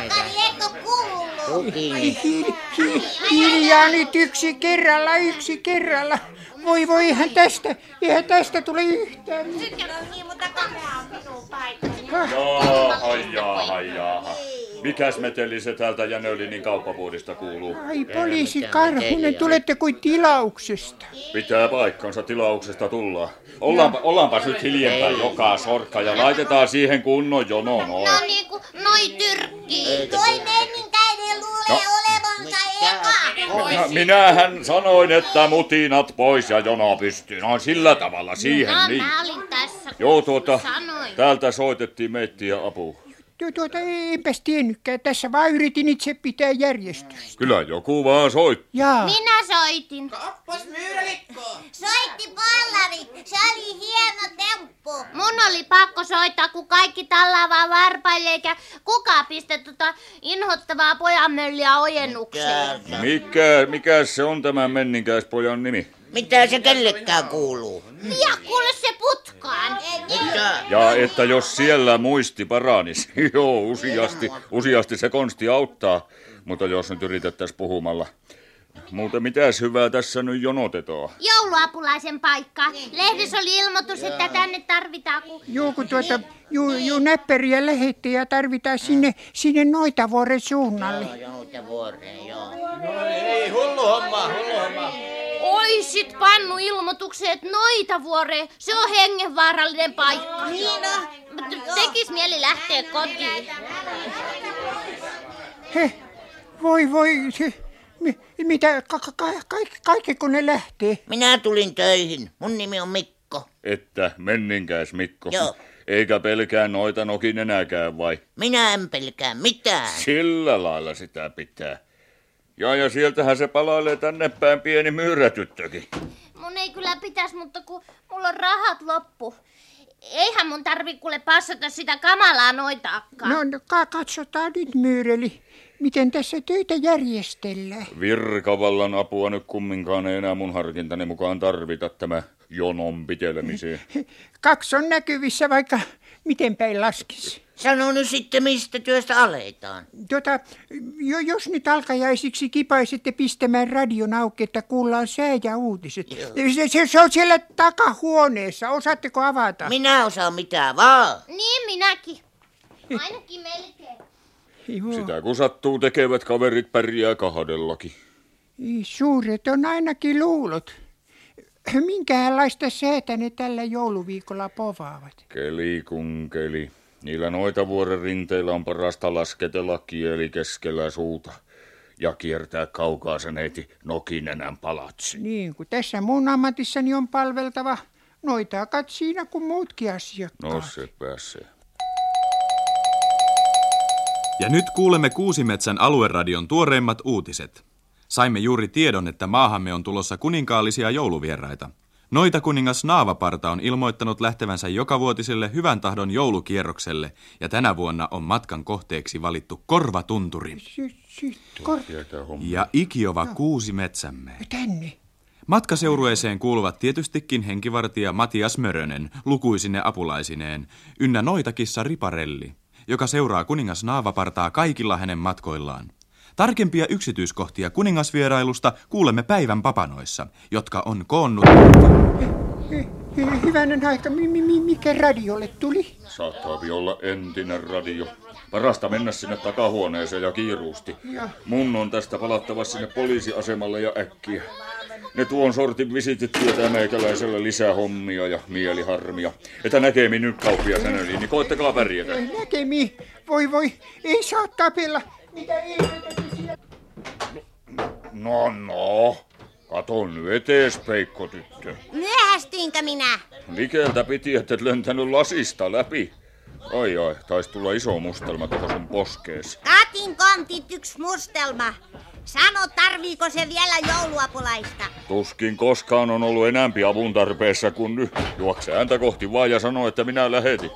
eikö kuulu? Hiljaa nyt yksi kerralla. Voi, eihän tästä tule yhtään. Sitten on niin, mutta kamera on minun paikkani. Jaha. Mikäs meteli se täältä Jänölinin kauppavuodista kuuluu? Ai poliisi Karhunen, tulette kuin tilauksesta. Pitää paikkansa, tilauksesta tullaan. Ollaanpas nyt hiljempää joka sorkka ja laitetaan siihen kunnon jono noin. No niinku, noi tyrkkii. Toi menninkäinen luulee olevansa eka. Minähän sanoin, että mutinat pois ja jono pystyy. No sillä tavalla siihen niin. Mä olin tässä. Joo, täältä soitettiin meittiä apuun. Enpäs tiennytkään. Tässä vaan yritin itse pitää järjestystä. Kyllä joku vaan soitti. Jaa. Minä soitin. Kappas myyrälikko. Soitti Pollari. Se oli hieno temppu. Mun oli pakko soittaa, kun kaikki tallaavaa varpaille, eikä kukaan pistä inhottavaa pojanmölliä ojennukseen. Mikä se on tämän menninkäispojan nimi? Mitä se kellekään kuuluu? Ja kuule se putkaan. Ja että jos siellä muisti paranisi. Joo, useasti se konsti auttaa. Mutta jos nyt yritettäisiin puhumalla. Muuten mitäs hyvää tässä nyt jonotetaan? Jouluapulaisen paikka. Lehdessä oli ilmoitus, että tänne tarvitaan kun näppäriä lähettejä tarvitaan sinne Noitavuoren suunnalle. Noitavuoreen, joo. No ei, hullu homma. Oisit pannu ilmoitukseen, että Noitavuoreen, se on hengenvaarallinen paikka. Niin on. Tekis mieli lähteä kotiin. Voi, mitä, kaikki kun ne lähtee? Minä tulin töihin. Mun nimi on Mikko. Että menninkäis Mikko. Joo. Eikä pelkää noita nokin enääkään vai? Minä en pelkää mitään. Sillä lailla sitä pitää. Ja sieltähän se palailee tänne päin pieni myyrätyttökin. Mun ei kyllä pitäisi, mutta kun mulla on rahat loppu. Eihän mun tarvi kuule passata sitä kamalaa noitaakaan. No katsotaan nyt Myyreli, miten tässä töitä järjestellään. Virkavallan apua nyt kumminkaan ei enää mun harkintani mukaan tarvita tämä jonon pitelemiseen. 2 on näkyvissä, vaikka miten päin laskisi. Sano nyt sitten, mistä työstä aletaan. Jos nyt alkajaisiksi kipaisette pistämään radion auki, että kuullaan sää ja uutiset. Se on siellä takahuoneessa. Osaatteko avata? Minä osaan mitään vaan. Niin minäkin. Ainakin melkein. Sitä kun sattuu tekevät kaverit pärjää 2:llakin. Suuret on ainakin luulot. Minkälaista säätä ne tällä jouluviikolla povaavat? Keli kun keli. Niillä Noitavuoren rinteillä on parasta lasketella kieli keskellä suuta ja kiertää kaukaisen heiti nokinenän palatsi. Niin, kun tässä mun ammatissani on palveltava noitaakat siinä kuin muutkin asiakkaat. No se pääsee. Ja nyt kuulemme Kuusimetsän alueradion tuoreimmat uutiset. Saimme juuri tiedon, että maahamme on tulossa kuninkaallisia jouluvieraita. Noitakuningas Naavaparta on ilmoittanut lähtevänsä jokavuotiselle hyvän tahdon joulukierrokselle, ja tänä vuonna on matkan kohteeksi valittu Korvatunturi. Ja ikiova Kuusimetsämme. Tänne. Matkaseurueeseen kuuluvat tietystikin henkivartija Matias Mörönen, lukuisine apulaisineen, ynnä noitakissa Riparelli, joka seuraa kuningas Naavapartaa kaikilla hänen matkoillaan. Tarkempia yksityiskohtia kuningasvierailusta kuulemme päivän papanoissa, jotka on koonnut... Hyvänen aika, mikä radiolle tuli? Saattaa olla entinen radio. Parasta mennä sinne takahuoneeseen ja kiiruusti. Mun on tästä palattava sinne poliisiasemalle ja äkkiä. Ne tuon sortin visitit tietää meikäläiselle lisää hommia ja mieliharmia. Että näkemiin nyt kauppias Jänöliin, niin koettakaa pärjätä. Näkemiin. Voi, ei saa tapella. Mitä ihmeitä? No. Kato nyt etees, Peikko tyttö. Myöhästyinkö minä? Likeltä piti, että et lentänyt lasista läpi. Ai, taisi tulla iso mustelma tuohon sun poskees. Katin kontit 1 mustelma. Sano, tarviiko se vielä jouluapulaista? Tuskin koskaan on ollut enämpi avun tarpeessa kuin nyt. Juokse ääntä kohti vaan ja sano, että minä lähetin.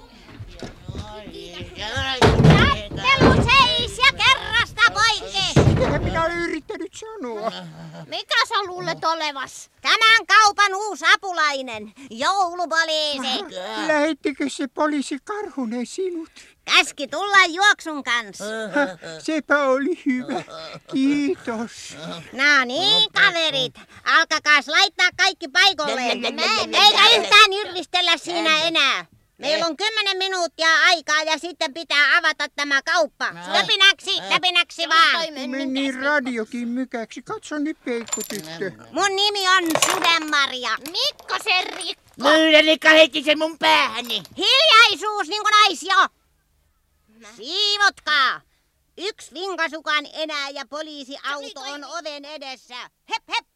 Tappelu seis ja kerrasta poike! Sitähän minä olen yrittänyt sanoa? Mikä sä luulet olevas? Tämän kaupan uusi apulainen, joulupoliisi. Lähettikö se poliisi Karhunen sinut? Käski tulla juoksun kanssa. Sepä oli hyvä. Kiitos. No niin, kaverit. Alkakaas laittaa kaikki paikoilleen. Eikä yhtään yrlistellä siinä enää. Meillä on 10 minuuttia aikaa ja sitten pitää avata tämä kauppa. Löpinäksi vaan. Meni radiokin mykäksi. Katso nyt, Peikko-tyttö. Mun nimi on Sudenmarja. Mikkosen Rikko. Myyrälikka heitti sen mun päähäni. Hiljaisuus niin kuin naisio. Siivotkaa. 1 vinkasukan enää ja poliisiauto on oven edessä. Hep hep.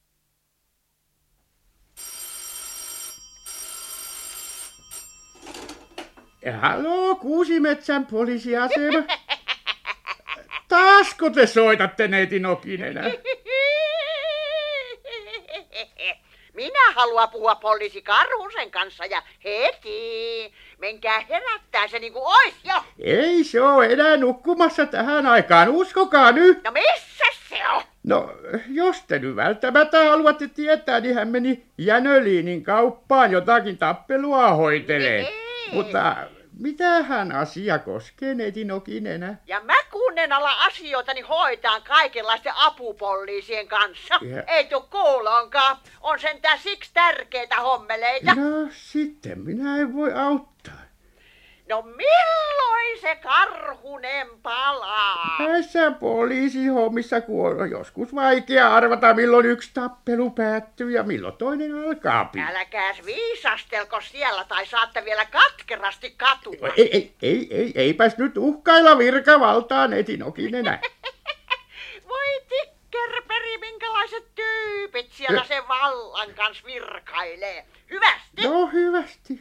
Haloo, Kuusimetsän poliisiasema. Taasko te soitatte, neiti Nokinenä? Minä haluan puhua poliisi Karhusen kanssa ja heti. Menkää herättää se niin kuin ois jo. Ei se oo enää nukkumassa tähän aikaan, uskokaa nyt. No missä se on? No, jos te nyt välttämättä haluatte tietää, niin hän meni Jänöliinin kauppaan jotakin tappelua hoitelee. Mutta mitähän asia koskee, neiti Nokinenä? Ja mä kunnen alla asioitani hoitaan kaikenlaisten apupoliisien kanssa. Ja. Ei tuu kuulonkaan. On sentään siksi tärkeitä hommeleita. No, sitten minä en voi auttaa. No milloin se Karhunen palaa? Näissä poliisihommissa, kun on joskus vaikea arvata, milloin yksi tappelu päättyy ja milloin toinen alkaa. Älkääs viisastelko siellä tai saatte vielä katkerasti katua. Eipäs nyt uhkailla virkavaltaa, neiti Nokinenä. Voi tikkerperi, minkälaiset tyypit siellä sen vallan kanssa virkailee. Hyvästi. No, hyvästi.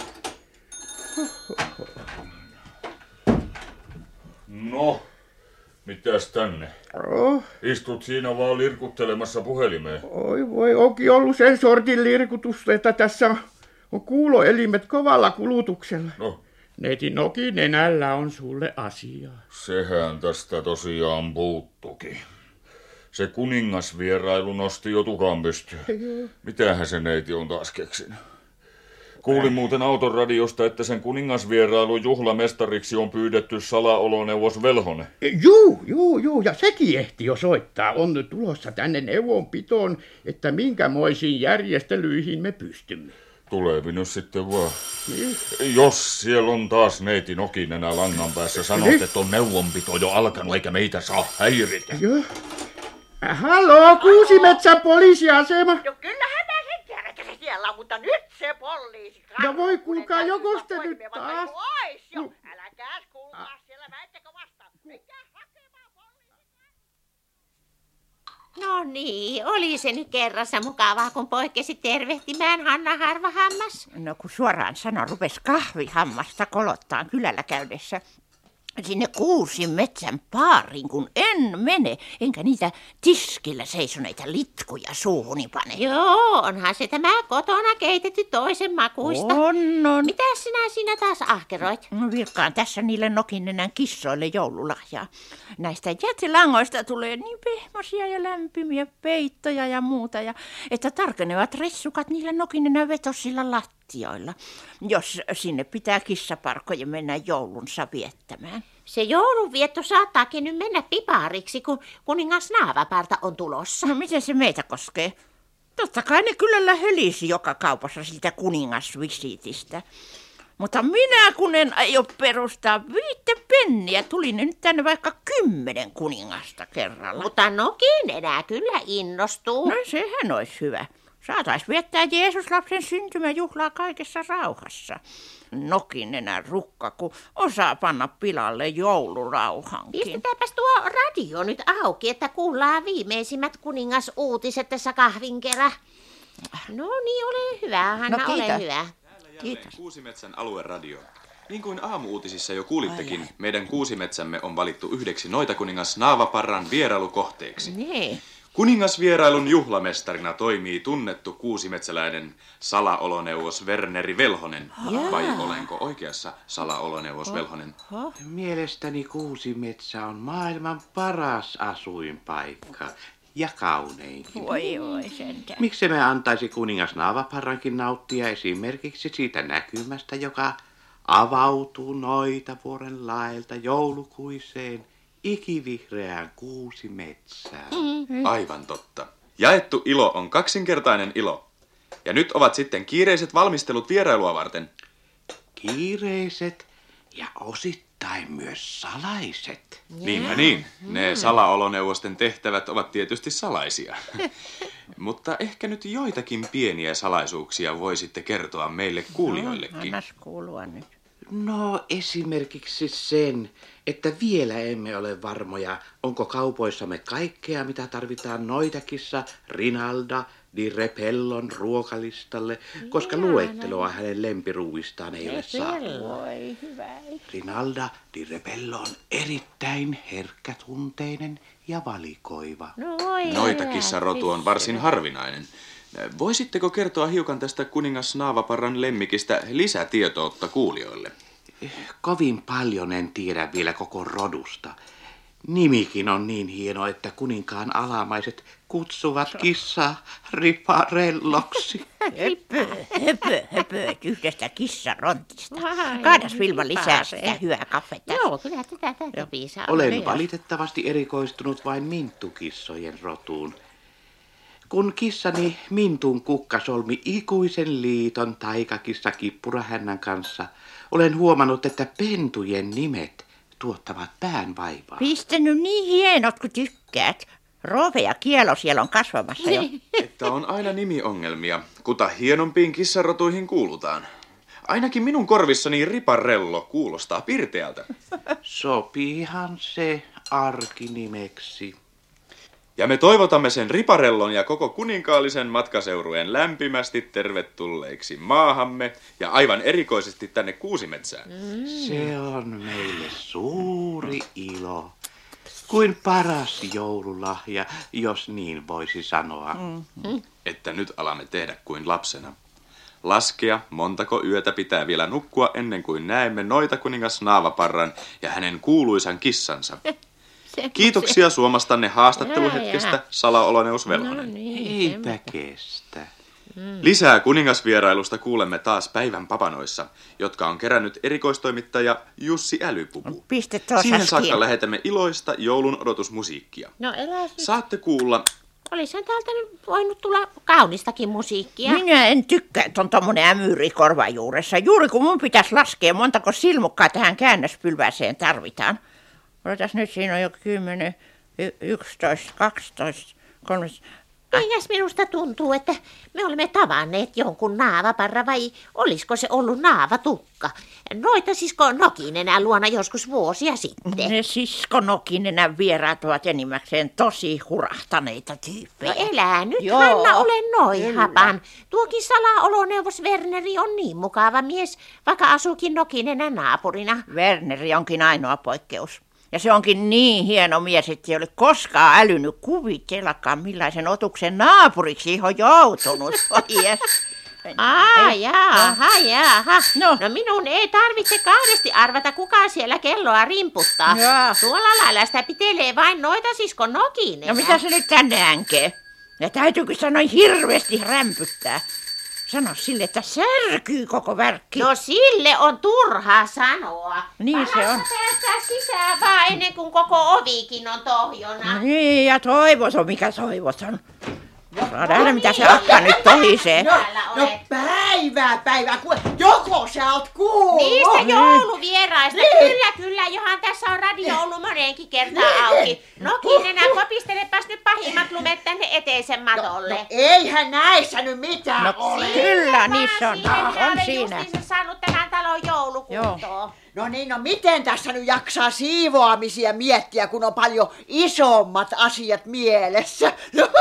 No, mitäs tänne? Oh, Istut siinä vaan lirkuttelemassa puhelimeen. oi voi, onkin ollut sen sortin lirkutus, että tässä on kuuloelimet kovalla kulutuksella. No, Neiti Nokinenällä on sulle asiaa. sehän tästä tosiaan puuttukin. Se kuningasvierailu nosti jo tukan pystyyn. Mitähän se neiti on taas keksinyt? Kuulin muuten autoradiosta, että sen kuningasvierailun juhlamestariksi on pyydetty salaoloneuvos Velhonen. Juu, ja sekin ehti jo soittaa. On nyt tulossa tänne neuvonpitoon, että minkämoisiin järjestelyihin me pystymme. Tuleepi nyt sitten vaan. Jos siellä on taas neiti Nokinenä langan päässä, sanot, että on neuvonpito jo alkanut eikä meitä saa häiritä. Joo. Haloo, Kuusimetsän poliisiasema. No kyllähän mä sen tiedän, että se siellä on, mutta nyt se poliisi. No voi kuulkaa, jokos te nyt taas. Ois jo. Äläkääs kuulkaa siellä, väittäkö vastaan. Menkää hakemaan poliisi. No niin, oli se nyt kerrassa mukavaa, kun poikkesi tervehtimään Hanna Harvahammas. No kun suoraan sanon, rupes kahvihammasta kolottaan kylällä käydessä sinne Kuusimetsän baariin, kun en mene, enkä niitä tiskillä seisoneita litkuja suuhuni pane. Joo, onhan se tämä kotona keitetty toisen makuista. On. Mitäs sinä siinä taas ahkeroit? No vilkkaan tässä niille Nokinenän kissoille joululahjaa. Näistä jätelangoista tulee niin pehmosia ja lämpimiä peittoja ja muuta, ja että tarkenevat ressukat niillä Nokinenän vetosilla lattioilla, jos sinne pitää kissaparkkojen mennä joulunsa viettämään. Se joulunvietto saattaakin nyt mennä pipariksi, kun kuningas Naavaparta on tulossa. No miten se meitä koskee? Totta kai ne kyllä hölisi joka kaupassa siltä kuningasvisiitistä. Mutta minä kun en aio perustaa 5 penniä, tuli nyt tänne vaikka 10 kuningasta kerralla. Mutta Nokinenä kyllä innostuu. No sehän olisi hyvä. Saatais viettää Jeesuslapsen syntymäjuhlaa kaikessa rauhassa. Nokinenä rukka, kun osaa panna pilalle joulurauhankin. Pistetäänpäs tuo radio nyt auki, että kuullaan viimeisimmät kuningasuutiset tässä kahvin kerran. No niin, ole hyvä, Hanna, No, kiitos. ole hyvä. Kiitos. Kuusimetsän alueradio. Niin kuin aamu-uutisissa jo kuulittekin, meidän Kuusimetsämme on valittu yhdeksi Noitakuningas Naavaparran vierailukohteeksi. Niin. Kuningasvierailun juhlamestarina toimii tunnettu kuusimetsäläinen salaoloneuvos Werneri Velhonen. Vai olenko oikeassa salaoloneuvos Velhonen? Mielestäni Kuusimetsä on maailman paras asuinpaikka. ja kauneinkin. Voi sentään. Miksi me antaisi kuningas Naavaparrankin nauttia esimerkiksi siitä näkymästä, joka avautuu Noitavuoren laelta joulukuiseen ikivihreään kuusimetsään? Aivan totta. Jaettu ilo on kaksinkertainen ilo. Ja nyt ovat sitten kiireiset valmistelut vierailua varten. Kiireiset ja osittain myös salaiset. Niinpä niin. Ne salaoloneuvosten tehtävät ovat tietysti salaisia. Mutta ehkä nyt joitakin pieniä salaisuuksia voisitte kertoa meille kuulijoillekin. Annas kuulua nyt. No esimerkiksi sen, että vielä emme ole varmoja, onko kaupoissamme kaikkea, mitä tarvitaan Noitakissa Rinalda di Repellon ruokalistalle, koska luetteloa hänen lempiruuistaan ei ole saatu. Voi hyvä. Rinalda di Repello on erittäin herkkätunteinen ja valikoiva. Noitakissa rotu on varsin harvinainen. Voisitteko kertoa hiukan tästä kuningas Naavaparran lemmikistä lisätietoutta kuulijoille? Kovin paljon en tiedä vielä koko rodusta. Nimikin on niin hieno, että kuninkaan alamaiset kutsuvat kissaa Riparelloksi. Höpö, yhdestä kissarontista. Kaadas Vilma lisää sitä hyvää kaffetta. Joo, kyllä tätä piisaa. Olen valitettavasti erikoistunut vain minttukissojen rotuun. Kun kissani Mintun kukka solmi ikuisen liiton taikakissa Kippurahännän kanssa, olen huomannut, että pentujen nimet tuottavat päänvaivaa. Pistänyt niin hienot kuin tykkäät. Rove ja kielo siellä on kasvamassa jo. Että on aina nimiongelmia, kuta hienompiin kissarotuihin kuulutaan. Ainakin minun korvissani Riparello kuulostaa pirteältä. Sopiihan se arkinimeksi. Ja me toivotamme sen Riparellon ja koko kuninkaallisen matkaseurueen lämpimästi tervetulleiksi maahamme ja aivan erikoisesti tänne Kuusimetsään. Se on meille suuri ilo. Kuin paras joululahja, jos niin voisi sanoa. Että nyt alamme tehdä kuin lapsena. Laskea, montako yötä pitää vielä nukkua ennen kuin näemme Noitakuningas Naavaparran ja hänen kuuluisan kissansa. Kiitoksia suomastanne haastatteluhetkestä, salaoloneus Velhonen. Eipä kestä. Lisää kuningasvierailusta kuulemme taas päivän papanoissa, jotka on kerännyt erikoistoimittaja Jussi Älypupu. Siihen saakka lähetämme iloista joulun odotusmusiikkia. No eläs. Saatte kuulla. Olisihan täältä nyt voinut tulla kaunistakin musiikkia. Minä en tykkää, että on tommonen ämyri korvan juuressa. Juuri kun mun pitäisi laskea, montako silmukkaa tähän käännöspylväseen tarvitaan. Odotas nyt, siinä on jo 10, 11, 12, 13... Minkäs minusta tuntuu, että me olemme tavanneet jonkun naavaparra vai olisiko se ollut naavatukka? Noita sisko Nokinenä luona joskus vuosia sitten. Ne sisko Nokinenä vieraat ovat enimmäkseen tosi hurahtaneita tyyppejä. No elää nyt, joo. Hanna, ole noihapan. Tuokin salaoloneuvos Werneri on niin mukava mies, vaikka asuukin Nokinenä naapurina. Werneri onkin ainoa poikkeus. Ja se onkin niin hieno mies, että ei ole koskaan älynyt kuvitellakaan, millaisen otuksen naapuriksi on joutunut. Jaha. No minun ei tarvitse kahdesti arvata, kuka siellä kelloa rimputtaa. Jaa. Tuolla lailla sitä pitelee vain noita sisko Nokinen. No mitä se nyt tänne änkee? Ja täytyykö sanoa hirveästi rämpyttää? Sano sille, että särkyy koko värkki. No sille on turhaa sanoa. Niin se on. Päästää sisään vaan ennen kuin koko ovikin on tohjona. Niin, ja toivoton, mikä toivoton. Saa nähdä, mitä se akka nyt tohisee. No päivää, joko sä oot kuullut? Niistä jouluvieraista, kyllä, johan tässä on radio ollut moneenkin kertaan auki. Nokinenä, kopistelepas nyt pahimmat lumet tänne eteisen matolle. No eihän näissä nyt mitään ole. Kyllä, niissä on siinä. Justiinsa saanut tähän talon joulukuntoon. No niin, no miten tässä nyt jaksaa siivoamisia miettiä, kun on paljon isommat asiat mielessä?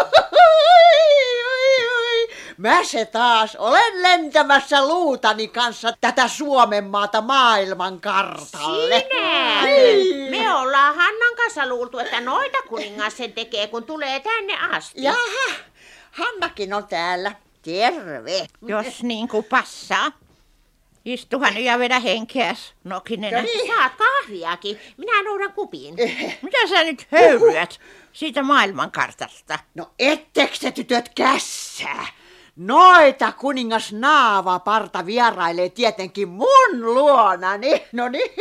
Mä se taas olen lentämässä luutani kanssa tätä Suomenmaata maailman kartalle. Sinä? Me ollaan Hannan kanssa luultu, että noita kuningas sen tekee, kun tulee tänne asti. Jaha, Hannakin on täällä. Terve. Jos niin kuin passaa. Istuhan nyt ja vedä henkeäs, Nokinen. Saat kahviakin. Minä noudan kupin. Mitä sä nyt höyryät siitä maailmankartasta? No ettekö te tytöt kässää? Noita kuningas Naavaparta vierailee tietenkin mun luonani. No niin.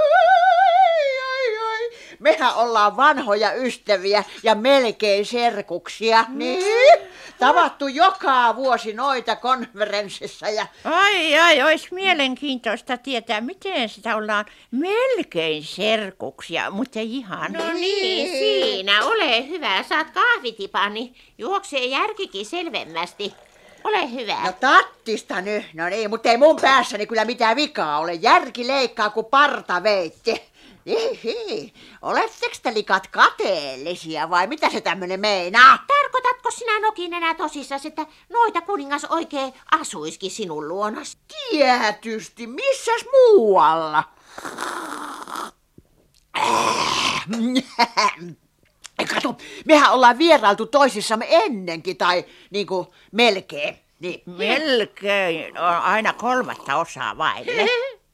Mehän ollaan vanhoja ystäviä ja melkein serkuksia. Niin. Tavattu joka vuosi noita konferenssissa ja... Ai, olisi mielenkiintoista tietää, miten sitä ollaan melkein serkuksia, mutta ihan. No niin, siinä. Ole hyvä. Saat kahvitipani. Juoksee järkikin selvemmästi. Ole hyvä. No tattista nyt. No niin, mutta ei mun päässäni kyllä mitään vikaa ole. Järki leikkaa kuin partaveitti. Oletteko te likat kateellisia vai mitä se tämmönen meinaa? Tarkoitatko sinä Nokinen tosissaan, että noita kuningas oikein asuiskin sinun luonas? Tietysti, missäs muualla? Kato, mehän ollaan vierailtu toisissamme ennenkin, tai niinku melkein. Niin. Melkein, on aina 3 osaa vaille.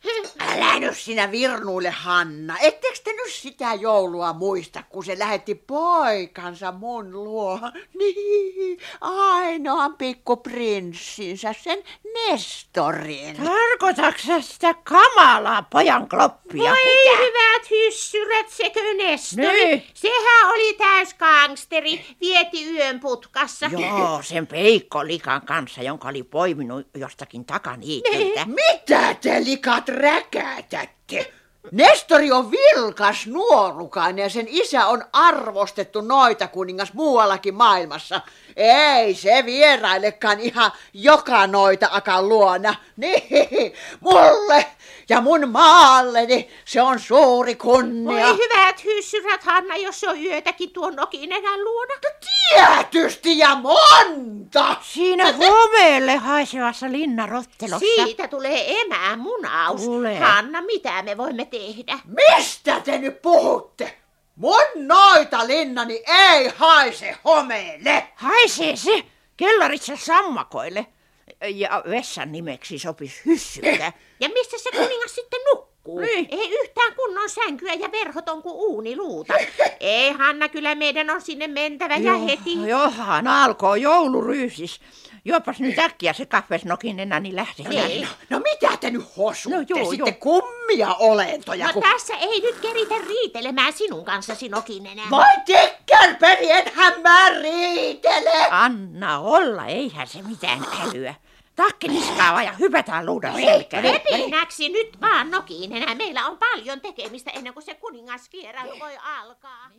Älä nyt sinä virnuille, Hanna. Ettekö te nyt sitä joulua muista, kun se lähetti poikansa mun luo? Niin, ainoan pikkuprinssinsä, sen Nestorin. Tarkoitatko sä sitä kamalaa pojan kloppia? Voi hyvät hyssyrät, sekö Nestori? Niin. Sehän oli täys gangsteri, vieti yön putkassa. Joo, sen peikkolikan kanssa, jonka oli poiminut jostakin takaniitiltä. Mitä te likat räkätätte? Nestori on vilkas nuorukainen ja sen isä on arvostettu noita kuningas muuallakin maailmassa. Ei se vierailekaan ihan joka noita akan luona. Niin, mulle ja mun maalleni se on suuri kunnia. Voi hyvät hyssyrät, Hanna, jos se on yötäkin tuon Nokinenän luona. Tietysti ja monta. Siinä homeelle haisevassa linnarottelossa. Siitä tulee emämunaus. Tulee. Hanna, mitä me voimme tehdä? Mistä te nyt puhutte? Mun noita linnani ei haise homeelle. Haisee se kellarissa sammakoille. Ja vessan nimeksi sopisi hyssyltä. Ja missä se kuningas sitten nukkuu? Niin. Ei yhtään kunnon sänkyä ja verhot on kuin uuniluuta. Ei, Hanna, kyllä meidän on sinne mentävä ja heti. Johan alkoi jouluryysis. Juopas nyt äkkiä se kahves Nokinenä, niin lähdetään. Niin. No mitä te nyt hosutte joo, sitten kummia olentoja? No tässä ei nyt keritä riitelemään sinun kanssasi, Nokinenä. Voi tikkerperi, enhän mä riitele. Anna olla, eihän se mitään älyä. Takki niskaa vaan ja hypätään luudan selkään. Repinäksi nyt vaan, Nokinenä. Meillä on paljon tekemistä ennen kuin se kuningasvierailu voi alkaa.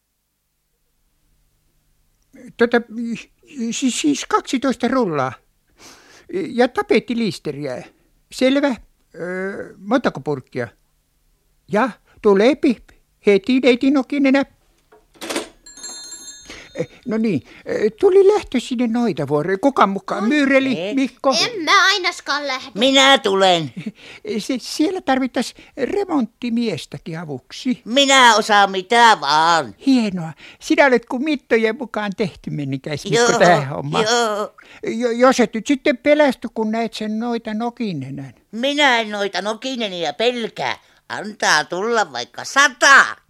Siis 12 rullaa. Ja tapettilisteriä. Selvä. Montako purkkia? Ja tulee heti neiti Nokinenä. No niin, tuli lähtö sinne noita vuoroja. Kuka mukaan? Myyreli, Mikko? En mä ainaskaan lähde. Minä tulen. Siellä tarvittaisiin remonttimiestäkin avuksi. Minä osaan mitä vaan. Hienoa. Sinä olet kuin mittojen mukaan tehty, mennikäis Mikko, tähän hommaan. Jos et nyt sitten pelästy, kun näet sen noita Nokinenän. Minä en noita Nokinenia pelkää. Antaa tulla vaikka 100.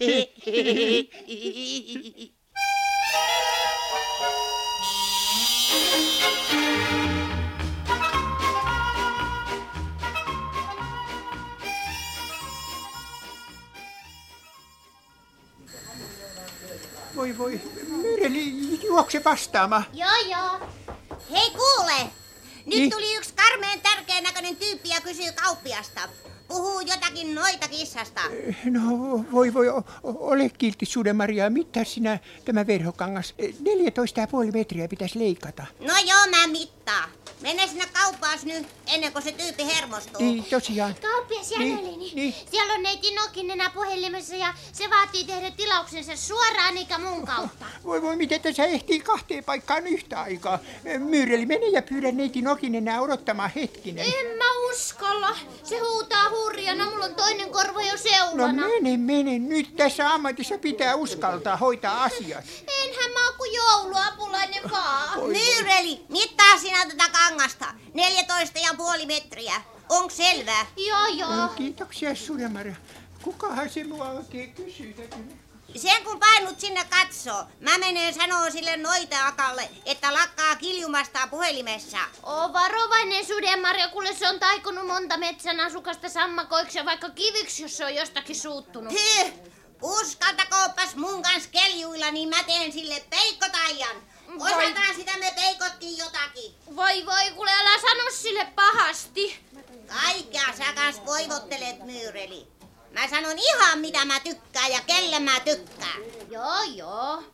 Voi, Myyreli, juokse vastaamaan. Joo. Hei kuule, nyt Niin? tuli yksi karmeen tärkeän näköinen tyyppi ja kysyy kauppiasta. Puhuu jotakin noita kissasta. No voi, ole kiltti Sude-Maria, mittaa sinä tämä verhokangas. 14,5 metriä pitäisi leikata. No joo, mä mittaan. Mene sinne kauppaas nyt, ennen kuin se tyyppi hermostuu. Niin, tosiaan. Kauppias Janelini, Niin. siellä on neiti Nokinenä puhelimessa ja se vaatii tehdä tilauksensa suoraan eikä mun kautta. Voi, miten tässä ehtii 2 paikkaan yhtä aikaa. Myyreli, mene ja pyydä neiti Nokinenä odottamaan hetkinen. En mä uskalla. Se huutaa hurjana, mulla on toinen korva jo No seulana. mene. Nyt tässä ammatissa pitää uskaltaa hoitaa asiat. Enhän mä oon kuin jouluapulainen vaan. Myyreli, mittaa sinä tätä kangasta. 14,5 metriä. Onko selvää? Joo. Kiitoksia, Sude-Maria. Kukahan se mua oikein kysyy? Sen kun painut sinne katsoo, mä menen sanoo sille noita-akalle, että lakkaa kiljumasta puhelimessa. Oo varovainen, Sude-Maria, kuule se on taikunut monta metsän asukasta sammakoiksi ja vaikka kiviksi, jos se on jostakin suuttunut. Uskaltakoopas mun kans keljuilla, niin mä teen sille peikkotaian. Osataan sitä me peikotkin jotakin. Voi, kuule älä sano sille pahasti. Kaikkea sä kans voivottelet, Myyreli. Mä sanon ihan mitä mä tykkään ja kelle mä tykkään. Joo.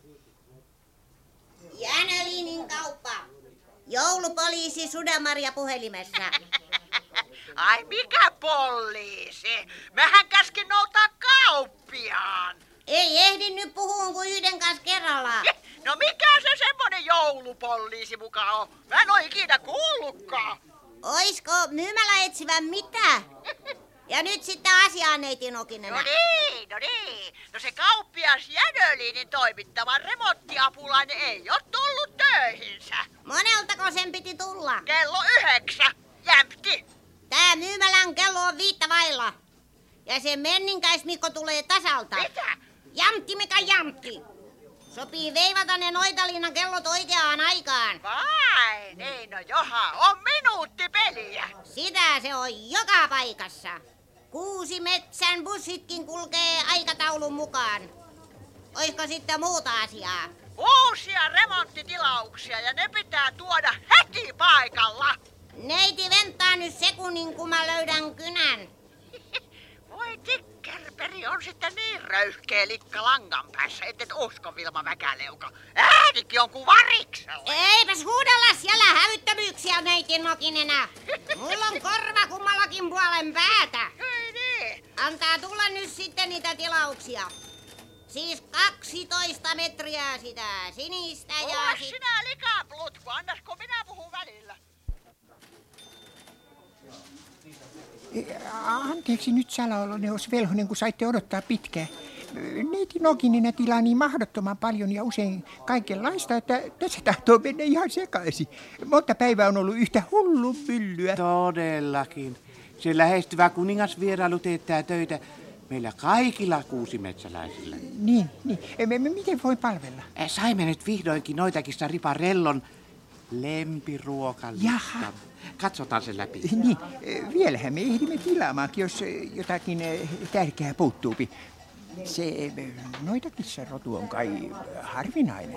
Jänölinin kauppa. Joulupoliisi Sude-Maria puhelimessa. Ai mikä poliisi? Mähän käskin noutaa kauppiaan. Ei ehdi nyt puhuun kuin yhden kanssa kerrallaan. No mikä se semmonen joulupoliisi muka on? Mä en oo ikinä kuullutkaan. Oisko myymälä etsivän mitä? Ja nyt sitten asiaan, neiti Nokinen. No niin. No se kauppias Jänölinin toimittava remonttiapulainen ei oo tullut töihinsä. Moneltako sen piti tulla? Kello 9. Jämpti. Tää myymälän kello on 5 vailla. Ja se menninkäis Mikko tulee tasalta. Mitä? Jämpti mikä jämpti. Sopii veivata ne Noitalinnan kellot oikeaan aikaan. Vai niin, no johan on minuuttipeliä. Sitä se on joka paikassa. 6 metsän bussitkin kulkee aikataulun mukaan. Oisko sitten muuta asiaa? Uusia remonttitilauksia ja ne pitää tuoda heti paikalla. Neiti venttaa nyt sekunnin, kun mä löydän kynän. Voi tikkerperi on sitten niin röyhkeä likka langan päässä, et usko Vilma Väkäleuka. Äänikin on kuin variksella. Eipäs huudella siellä hävyttömyyksiä, neiti Nokinenä. Mulla on korva kummallakin puolen päätä. Ei niin. Antaa tulla nyt sitten niitä tilauksia. Siis 12 metriä sitä sinistä ja... Puhua sinä likaplutku, annasko minä puhun välillä? Anteeksi nyt salaoloneuvos velhonen, kun saitte odottaa pitkään. Neiti Nokinenä tilaa niin mahdottoman paljon ja usein kaikenlaista, että tässä tahtoo mennä ihan sekaisin. Monta päivää on ollut yhtä hullun myllyä. Todellakin. Se lähestyvä kuningasvierailu teettää töitä meillä kaikilla kuusimetsäläisillä. Niin. Miten voi palvella? Saimme nyt vihdoinkin Noitakissa Riparellon lempiruokalistan. Jaha. Katsotaan sen läpi. Niin, vielähän me ehdimme tilaamaankin, jos jotakin tärkeää puuttuupi. Se Noitakissa rotu on kai harvinainen.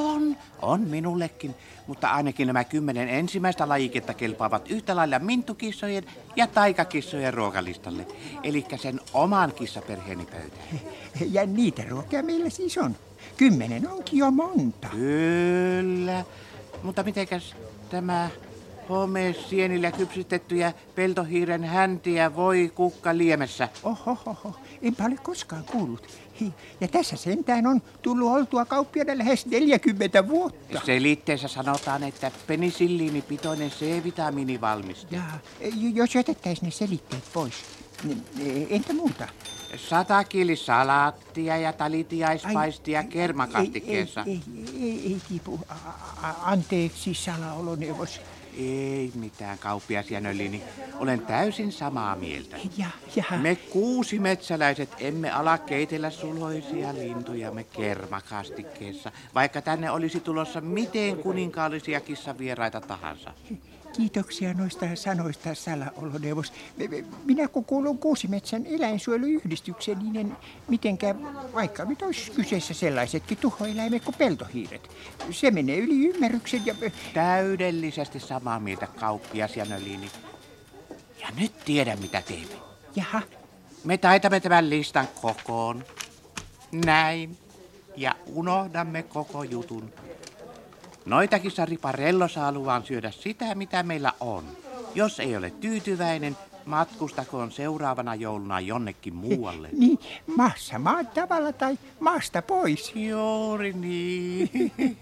On minullekin, mutta ainakin nämä 10 ensimmäistä lajiketta kelpaavat yhtä lailla mintukissojen ja taikakissojen ruokalistalle. Elikkä sen oman kissaperheeni pöytään. Ja niitä ruokia meillä siis on. 10 onkin jo monta. Kyllä, mutta mitenkäs tämä homesienillä kypsytettyjä peltohiiren häntiä voi kukka liemessä? Oho, enpä ole koskaan kuullut. Ja tässä sentään on tullut oltua kauppiaana lähes 40 vuotta. Selitteessä sanotaan, että penisilliinipitoinen C-vitamiini valmistuu. Ja jos jätettäisiin ne selitteet pois, entä muuta? 100 kilisalaattia ja talitiaispaistia kermakastikkeessa. Ei tipu. Anteeksi, salaoloneuvos. Ei mitään, kauppias Jänölini. Olen täysin samaa mieltä. Ja. Me kuusimetsäläiset emme ala keitellä suloisia lintujamme kermakastikkeessa, vaikka tänne olisi tulossa miten kuninkaallisia kissavieraita tahansa. Kiitoksia noista sanoista, salaoloneuvos. Minä kun kuulun Kuusimetsän eläinsuojeluyhdistykseen, niin en mitenkään, vaikka nyt olisi kyseessä sellaisetkin tuhoeläimet kuin peltohiiret. Se menee yli ymmärryksen ja... Täydellisesti samaa mieltä, kauppias Jänölini. Ja nyt tiedän, mitä teemme. Jaha. Me taitamme tämän listan kokoon. Näin. Ja unohdamme koko jutun. Noitakissa Riparello saa luvan syödä sitä, mitä meillä on. Jos ei ole tyytyväinen, matkustakoon seuraavana jouluna jonnekin muualle. Niin, maassa maan tavalla tai maasta pois. Juuri niin.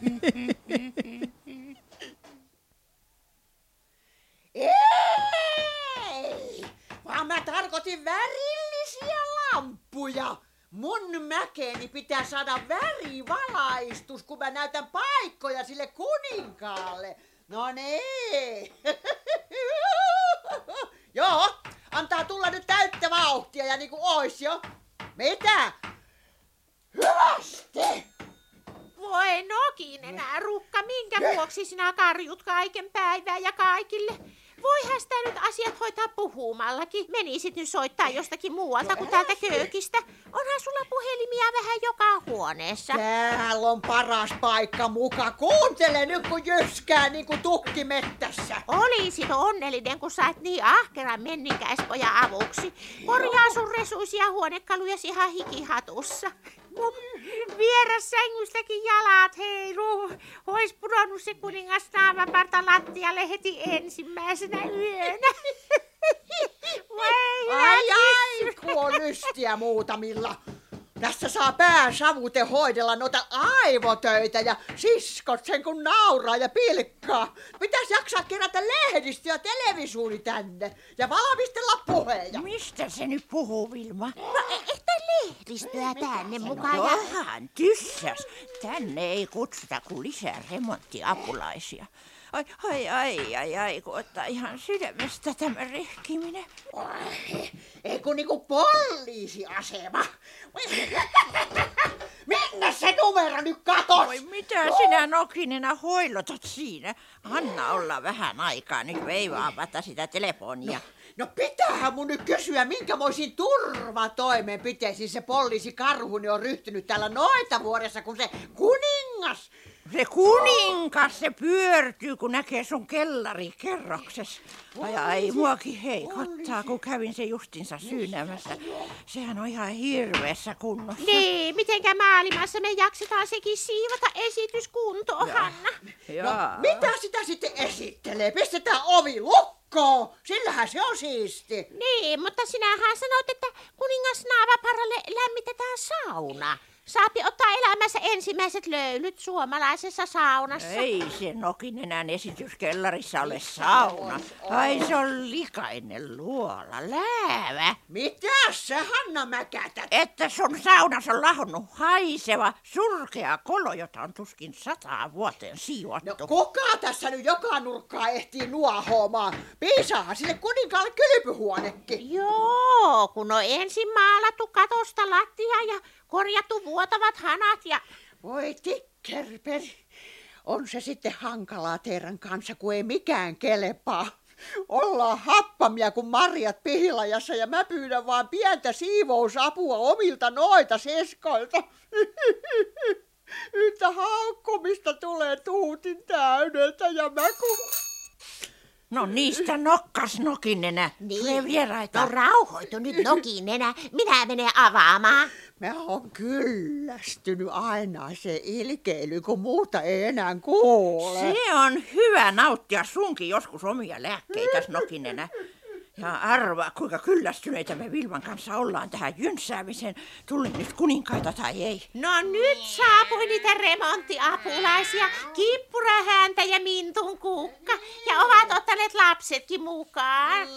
Ei, vaan mä tarkoitin värillisiä lamppuja. Mun mäkeeni pitää saada värivalaistus, kun mä näytän paikkoja sille kuninkaalle. No niin. Joo, antaa tulla nyt täyttä vauhtia ja niinku ois jo. Mitä? Hyvästi! Voi Nokinen, Rukka, minkä vuoksi sinä karjut kaiken päivää ja kaikille? Voihan sitä nyt asiat hoitaa puhumallakin. Menisit nyt soittaa jostakin muualta kuin täältä köökistä. Onhan sulla puhelimia vähän joka huoneessa. Täällä on paras paikka muka. Kuuntele nyt kun jyskää niin kuin tukki mettässä. Olisit onnellinen, kun sait niin ahkeran menninkäispojan avuksi. Korjaa sun resuisia huonekalujas ihan hikihatussa. Mun vieras sängystäkin jalat heilu. Ois pudonnut se kuningas naavaparta lattialle heti ensimmäisenä yönä. Ai, kun on lystiä muutamilla. Tässä saa pääsavute hoidella noita aivotöitä ja siskot sen kun nauraa ja pilkkaa. Pitäis jaksaa kerätä lehdistö ja televisuuri tänne ja valmistella puheja. Mistä se nyt puhuu, Vilma? No, että lehdistöä tänne mukaan. Johan tyssäs. Tänne ei kutsuta kuin lisää remonttiapulaisia. Ai, kun ottaa ihan sydämestä tämä rehkiminen. Ei kun niinku poliisiasema. Minne se numero nyt katos? Oi, mitä sinä Nokinena hoilotat siinä? Anna olla vähän aikaa nyt veivaamatta sitä telefonia. No pitäähän mun nyt kysyä, minkämoisiin turvatoimenpiteisiin se poliisi Karhunen on ryhtynyt täällä Noitavuoressa, kun se kuningas... Se kuningas, se pyörtyy, kun näkee sun kellarikerroksessa. Ai, muakin heikottaa, kun kävin se justinsa syynäämässä. Sehän on ihan hirveässä kunnossa. Niin, mitenkä maailmassa me jaksetaan sekin siivota esityskuntoon, Hanna? No, mitä sitä sitten esittelee? Pistetään ovi lukkoon. Sillähän se on siisti. Niin, mutta sinähän sanoit, että kuningas Naavaparalle lämmitetään sauna. Saapi ottaa elämässä ensimmäiset löylyt suomalaisessa saunassa. Ei se Nokinenän esityskellarissa ole sauna. Ai, se on likainen luola, läävä. Mitä sä, Hanna, mäkätät? Että sun saunas on lahonnut haiseva, surkea kolo, jota on tuskin 100 vuoteen siivottu. No kuka tässä nyt joka nurkkaa ehtii nuohoamaan? Piisaahan sille kuninkaalle kylpyhuonekin. Joo, kun on ensin maalattu katosta lattia ja korjattu vuotavat hanat ja... Voi tikkerperi, on se sitten hankalaa teidän kanssa, kun ei mikään kelepaa. Ollaan happamia kuin marjat Pihilajassa ja mä pyydän vaan pientä siivousapua omilta noita seskoilta. Yhtä haukkumista tulee tuutin täydeltä ja mä kun... No niistä nokkas Nokinenä. Tulee vieraita. No rauhoitu nyt Nokinenä. Minä menen avaamaan. Mä oon kyllästynyt aina se ilkeily, kun muuta ei enää kuule. Se on hyvä nauttia sunkin joskus omia lääkkeitäs Nokinenä. Ja arvaa, kuinka kyllästyneitä me Vilman kanssa ollaan tähän jynsäämiseen. Tuli nyt kuninkaita tai ei. No nyt saapui niitä remonttiapulaisia, Kippurahäntä ja Mintun Kukka. Ja ovat ottaneet lapsetkin mukaan.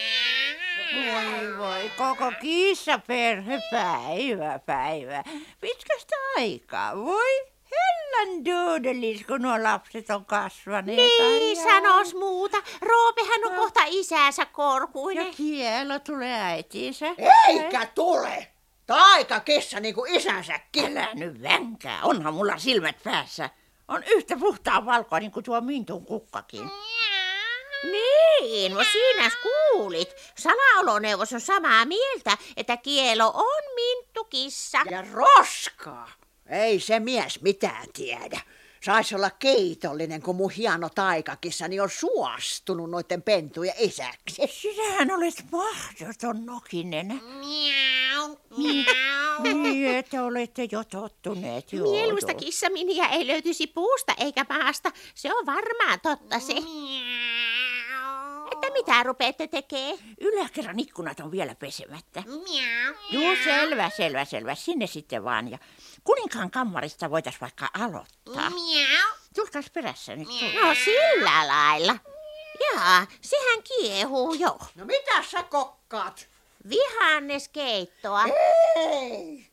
Voi, koko kissaperhe, päivä. Pitkästä aikaa, voi. Hellan duudelis, kun nuo lapset on kasvaneet. Niin, sanos muuta. Roopehän on kohta isänsä korkuinen. Ja Kielo tulee äitiinsä. Eikä tule! Taikakessa niin kuin isänsäkin. Älä nyt vänkää, onhan mulla silmät päässä. On yhtä puhtaan valkoinen kuin tuo Mintun Kukkakin. Niin, no siinä kuulit. Salaoloneuvos on samaa mieltä, että Kielo on minttukissa. Ja roskaa. Ei se mies mitään tiedä. Saisi olla kiitollinen, kun mun hieno taikakissani on suostunut noiden pentujen isäksi. Sinähän olet mahdoton Nokinen. Miau, Niin, että olette jo tottuneet. Mieluista kissaminiä ei löytyisi puusta eikä maasta. Se on varmaan totta se. Että mitä rupeatte tekee? Yläkerran ikkunat on vielä pesemättä. Miau. Joo, selvä. Sinne sitten vaan. Ja kuninkaan kammarista voitais vaikka aloittaa. Miau. Tulkaas perässä nyt. No sillä lailla. Jaa, sehän kiehuu jo. No mitä sä kokkaat? Vihanneskeittoa. Ei!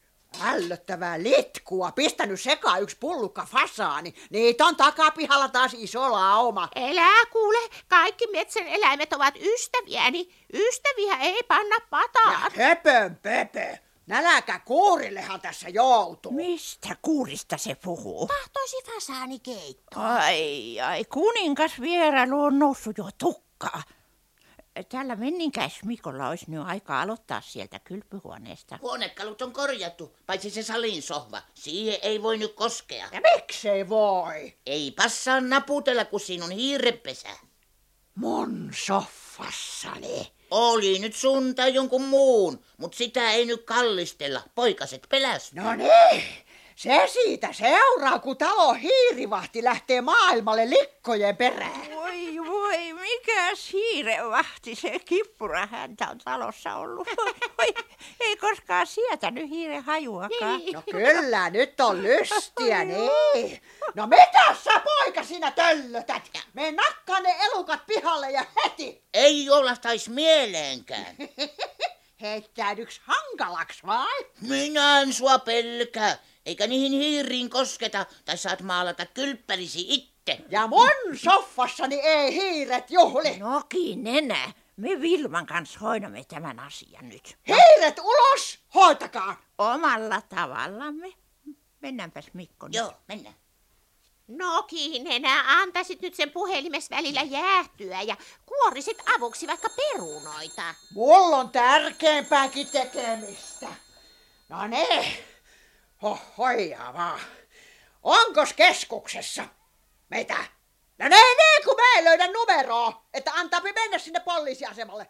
Ällöttävää litkua. Pistänyt sekaan yksi pullukka fasaani. Niitä on takapihalla taas iso lauma. Elää kuule, kaikki metsän eläimet ovat ystäviäni. Ystäviä ei panna pataan. Ja höpönpöpö. Nälkäkuurillehan tässä joutuu. Mistä kuurista se puhuu? Tahtoisi fasaanikeitto. Ai, kuningas vierailu on noussut jo tukkaa. Tällä menninkäis Mikolla olisi nyt aika aloittaa sieltä kylpyhuoneesta. Huonekalut on korjattu, paitsi se salin sohva. Siihen ei voi nyt koskea. Ja miksei voi? Ei passaa naputella, kun siinä on hiirenpesä. Mun soffassani. Oli nyt sun tai jonkun muun, mut sitä ei nyt kallistella. Poikaset pelästyy. No niin, se siitä seuraa, kun talon hiirivahti lähtee maailmalle likkojen perään. Voi, mikäs hiirevahti se kippura häntä on talossa ollut. Voi, ei koskaan sietänyt hiiren hajuakaan. No kyllä, nyt on lystiä, niin. No mitä sä poika sinä töllötät? Me nakkaa ne elukat pihalle ja heti. Ei olla tais mieleenkään. Heittäydyks hankalaksi vai? Minä en sua pelkää, eikä niihin hiiriin kosketa, tai saat maalata kylppärisi itse. Ja mun soffassani ei hiiret juhli. Noki nenä, me Vilman kanssa hoidamme tämän asian nyt. Hiiret ulos, hoitakaa. Omalla tavallamme. Mennäänpäs Mikko nyt. Joo, mennään. Nokin enää antaisit nyt sen puhelimes välillä jäähtyä ja kuorisit avuksi vaikka perunoita. Mulla on tärkeämpääkin tekemistä. No niin, hoijaa vaan. Onkos keskuksessa? Mitä? No niin, kun mä ei löydä numeroa, että antaapi mennä sinne poliisiasemalle.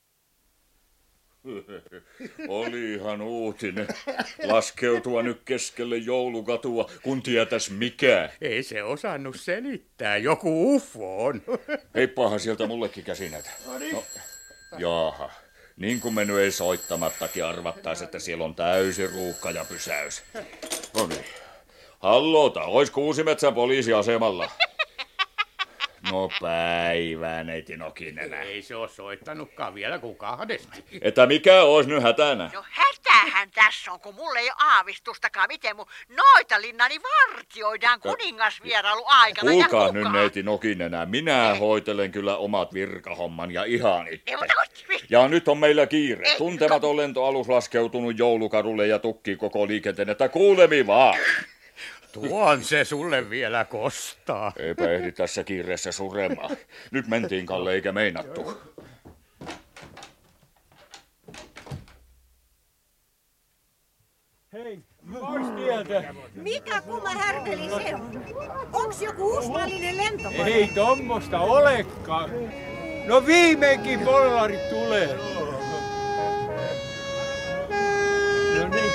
Olihan uutinen. Laskeutua nyt keskelle joulukatua, kun tietäis mikä. Ei se osannut selittää, joku ufo on. Heippahan sieltä mullekin käsineitä. No, jaha. Niin kuin me nyt ei soittamattakin arvattais, että siellä on täysi ruuhka ja pysäys. No niin. Hallota, ois Kuusimetsän poliisiasemalla? No päivää, neiti Nokinenä. Ei se ole soittanutkaan vielä kuin kahdesti. Että mikä ois nyt hätänä? No hätähän tässä on, kun mulla ei ole aavistustakaan, miten mun Noitalinnani vartioidaan kuningasvierailu aikana. Kuulkaa nyt, neiti Nokinenä, minä hoitelen kyllä omat virkahomman ja ihan itse. Ja nyt on meillä kiire. Tuntematon lentoalus laskeutunut joulukadulle ja tukkii koko liikenteen, että kuulemi vaan. Tuon se sulle vielä kostaa. Eipä ehdi tässä kiireessä suremaan. Nyt mentiin, Kalle, eikä meinattu. Hei, pois tieltä. Mikä kumma härveli se on? Onks joku uusmallinen lentokone? Ei tommosta olekaan. No viimeinkin pollarit tulee. No niin.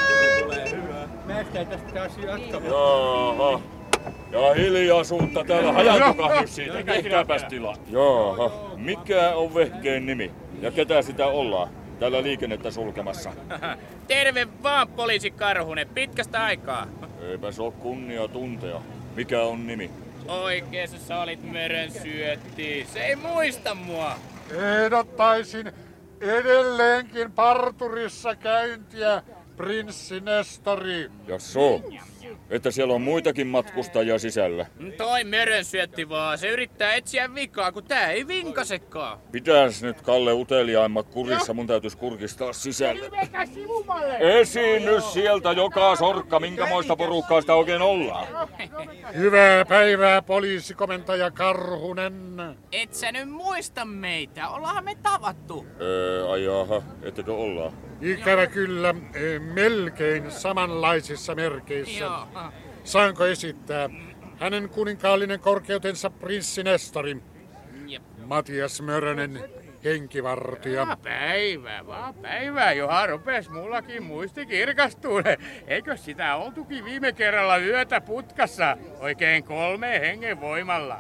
Mä tästä taas jatkamaan. Jaha. Ja hiljaisuutta täällä, hajantukaa nyt siitä, tehkääpäs tilaa. Jaha. Mikä on vehkeen nimi? Ja ketä sitä ollaan? Täällä liikennettä sulkemassa. Terve vaan, poliisi Karhunen, pitkästä aikaa. Eipä se oo kunnia tuntea. Mikä on nimi? Oikeessa sä olit meren syötti. Se ei muista mua. Ehdottaisin edelleenkin parturissa käyntiä, prinssi Nestori. Jasso, että siellä on muitakin matkustajia sisällä. Toi meren syötti vaan, se yrittää etsiä vikaa, kun tää ei vinkasekaan. Pitäis nyt Kalle uteliaimmat kurissa, mun täytyis kurkistaa sisälle. Esiinny sieltä joka sorkka, minkämoista porukkaa sitä oikein ollaan. Hyvää päivää, poliisikomentaja Karhunen. Et sä nyt muista meitä, ollaanhan me tavattu. Ai jaha, ettekö ollaan? Ikävä kyllä, melkein samanlaisissa merkeissä. Joo. Saanko esittää hänen kuninkaallinen korkeutensa prinssi Nestori, Matias Mörönen, henkivartija. Vaan päivää, johan rupes mullakin muisti kirkastuule. Eikö sitä oltukin viime kerralla yötä putkassa, oikein 3 hengen voimalla?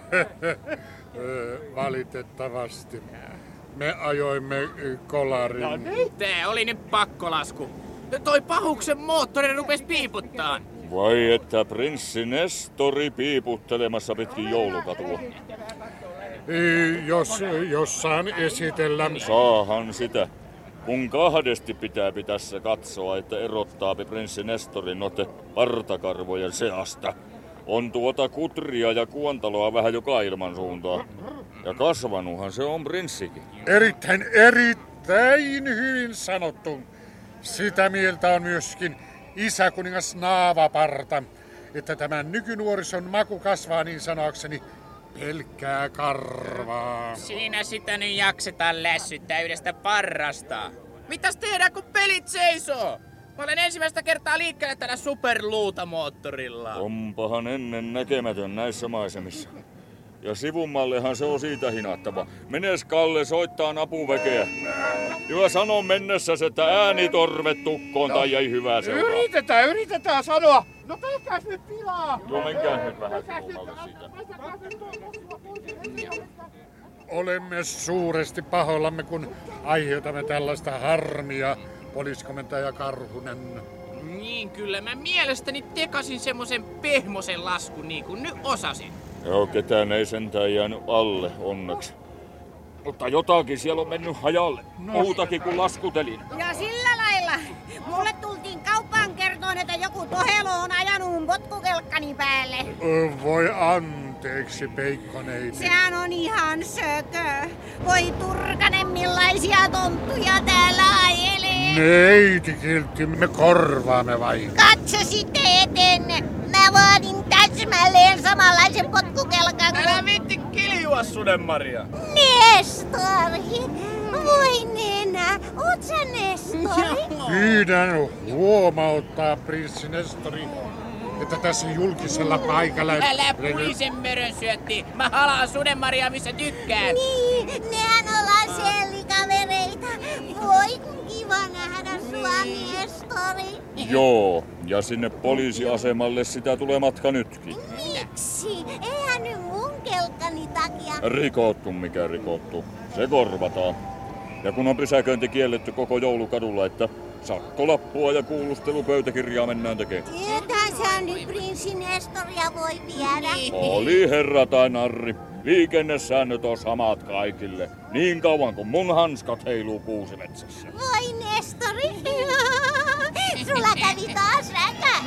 Valitettavasti. Me ajoimme kolarin. No niin. Tää oli nyt pakkolasku. Toi pahuksen moottori rupes piiputtaa. Vai että prinssi Nestori piiputtelemassa pitkin joulukatua? Jos saan esitellä. Saahan sitä. Kun kahdesti pitää tässä katsoa, että erottaapi prinssi Nestorin noiden partakarvojen seasta, on tuota kutria ja kuontaloa vähän joka ilman suuntaan. Ja kasvanuhan se on prinssikin. Erittäin hyvin sanottu. Sitä mieltä on myöskin isäkuningas Naavaparta, että tämän nykynuorison maku kasvaa niin sanoakseni pelkkää karvaa. Siinä sitä nyt jaksetaan lässyttää yhdestä parrasta. Mitäs tehdään, kun pelit seisoo? Mä olen ensimmäistä kertaa liikkeelle tällä superluutamoottorilla. Onpahan ennen näkemätön näissä maisemissa. Ja sivummallehan se on siitä hinattava. Menes Kalle soittaa apuväkeä. Ja sano mennessäs, että äänitorvet tukkoon tai ei hyvää seuraa. Yritetään sanoa. No pelkääs nyt tilaa. Joo, menkää nyt vähän sivumalle siitä. Olemme suuresti pahoillamme, kun aiheutamme tällaista harmia, poliisikomentaja Karhunen. Niin kyllä, mä mielestäni tekasin semmosen pehmosen laskun niin kuin nyt osasin. Joo, ketään ei sentään jäänyt alle, onneksi. Mutta jotakin siellä on mennyt hajalle. Muutakin kuin laskutelin. Ja sillä lailla. Mulle tultiin kauppaan kertoon, että joku tohelo on ajanut mun potkukelkkani päälle. Voi anteeksi, peikkoneiti. Sehän on ihan sökö. Voi turkanen, millaisia tonttuja täällä ajelee. Neiti, me korvaamme vain. Katso sitten etenne. Mä vaadin täsmälleen samanlaisen potkukelkan. Älä viitti kiljua, Sudenmaria. Nestori! Voi nenä, oot sä Nestori? Pyydän huomauttaa prinssi Nestori, että tässä julkisella paikalla... Älä puisen mörön syötti. Mä halaan Sudenmaria missä tykkään. Niin, mehän ollaan sellikavereita. Voi kun kiva nähdä sua, Nestori. Joo, ja sinne poliisiasemalle sitä tulee matka nytkin. Miksi? Eihän nyt mun kelkkani takia. Rikottu mikä rikottu. Se korvataan. Ja kun on pysäköinti kielletty koko joulukadulla, että sakkolappua ja kuulustelupöytäkirjaa mennään tekemään. Tietäähän sä nyt prinssi Nestoria voi viedä. Oli herra tai narri. Liikennesäännöt on samat kaikille. Niin kauan kuin mun hanskat heiluu Kuusimetsässä. Voi Nestori. Sulla kävi taas räkä.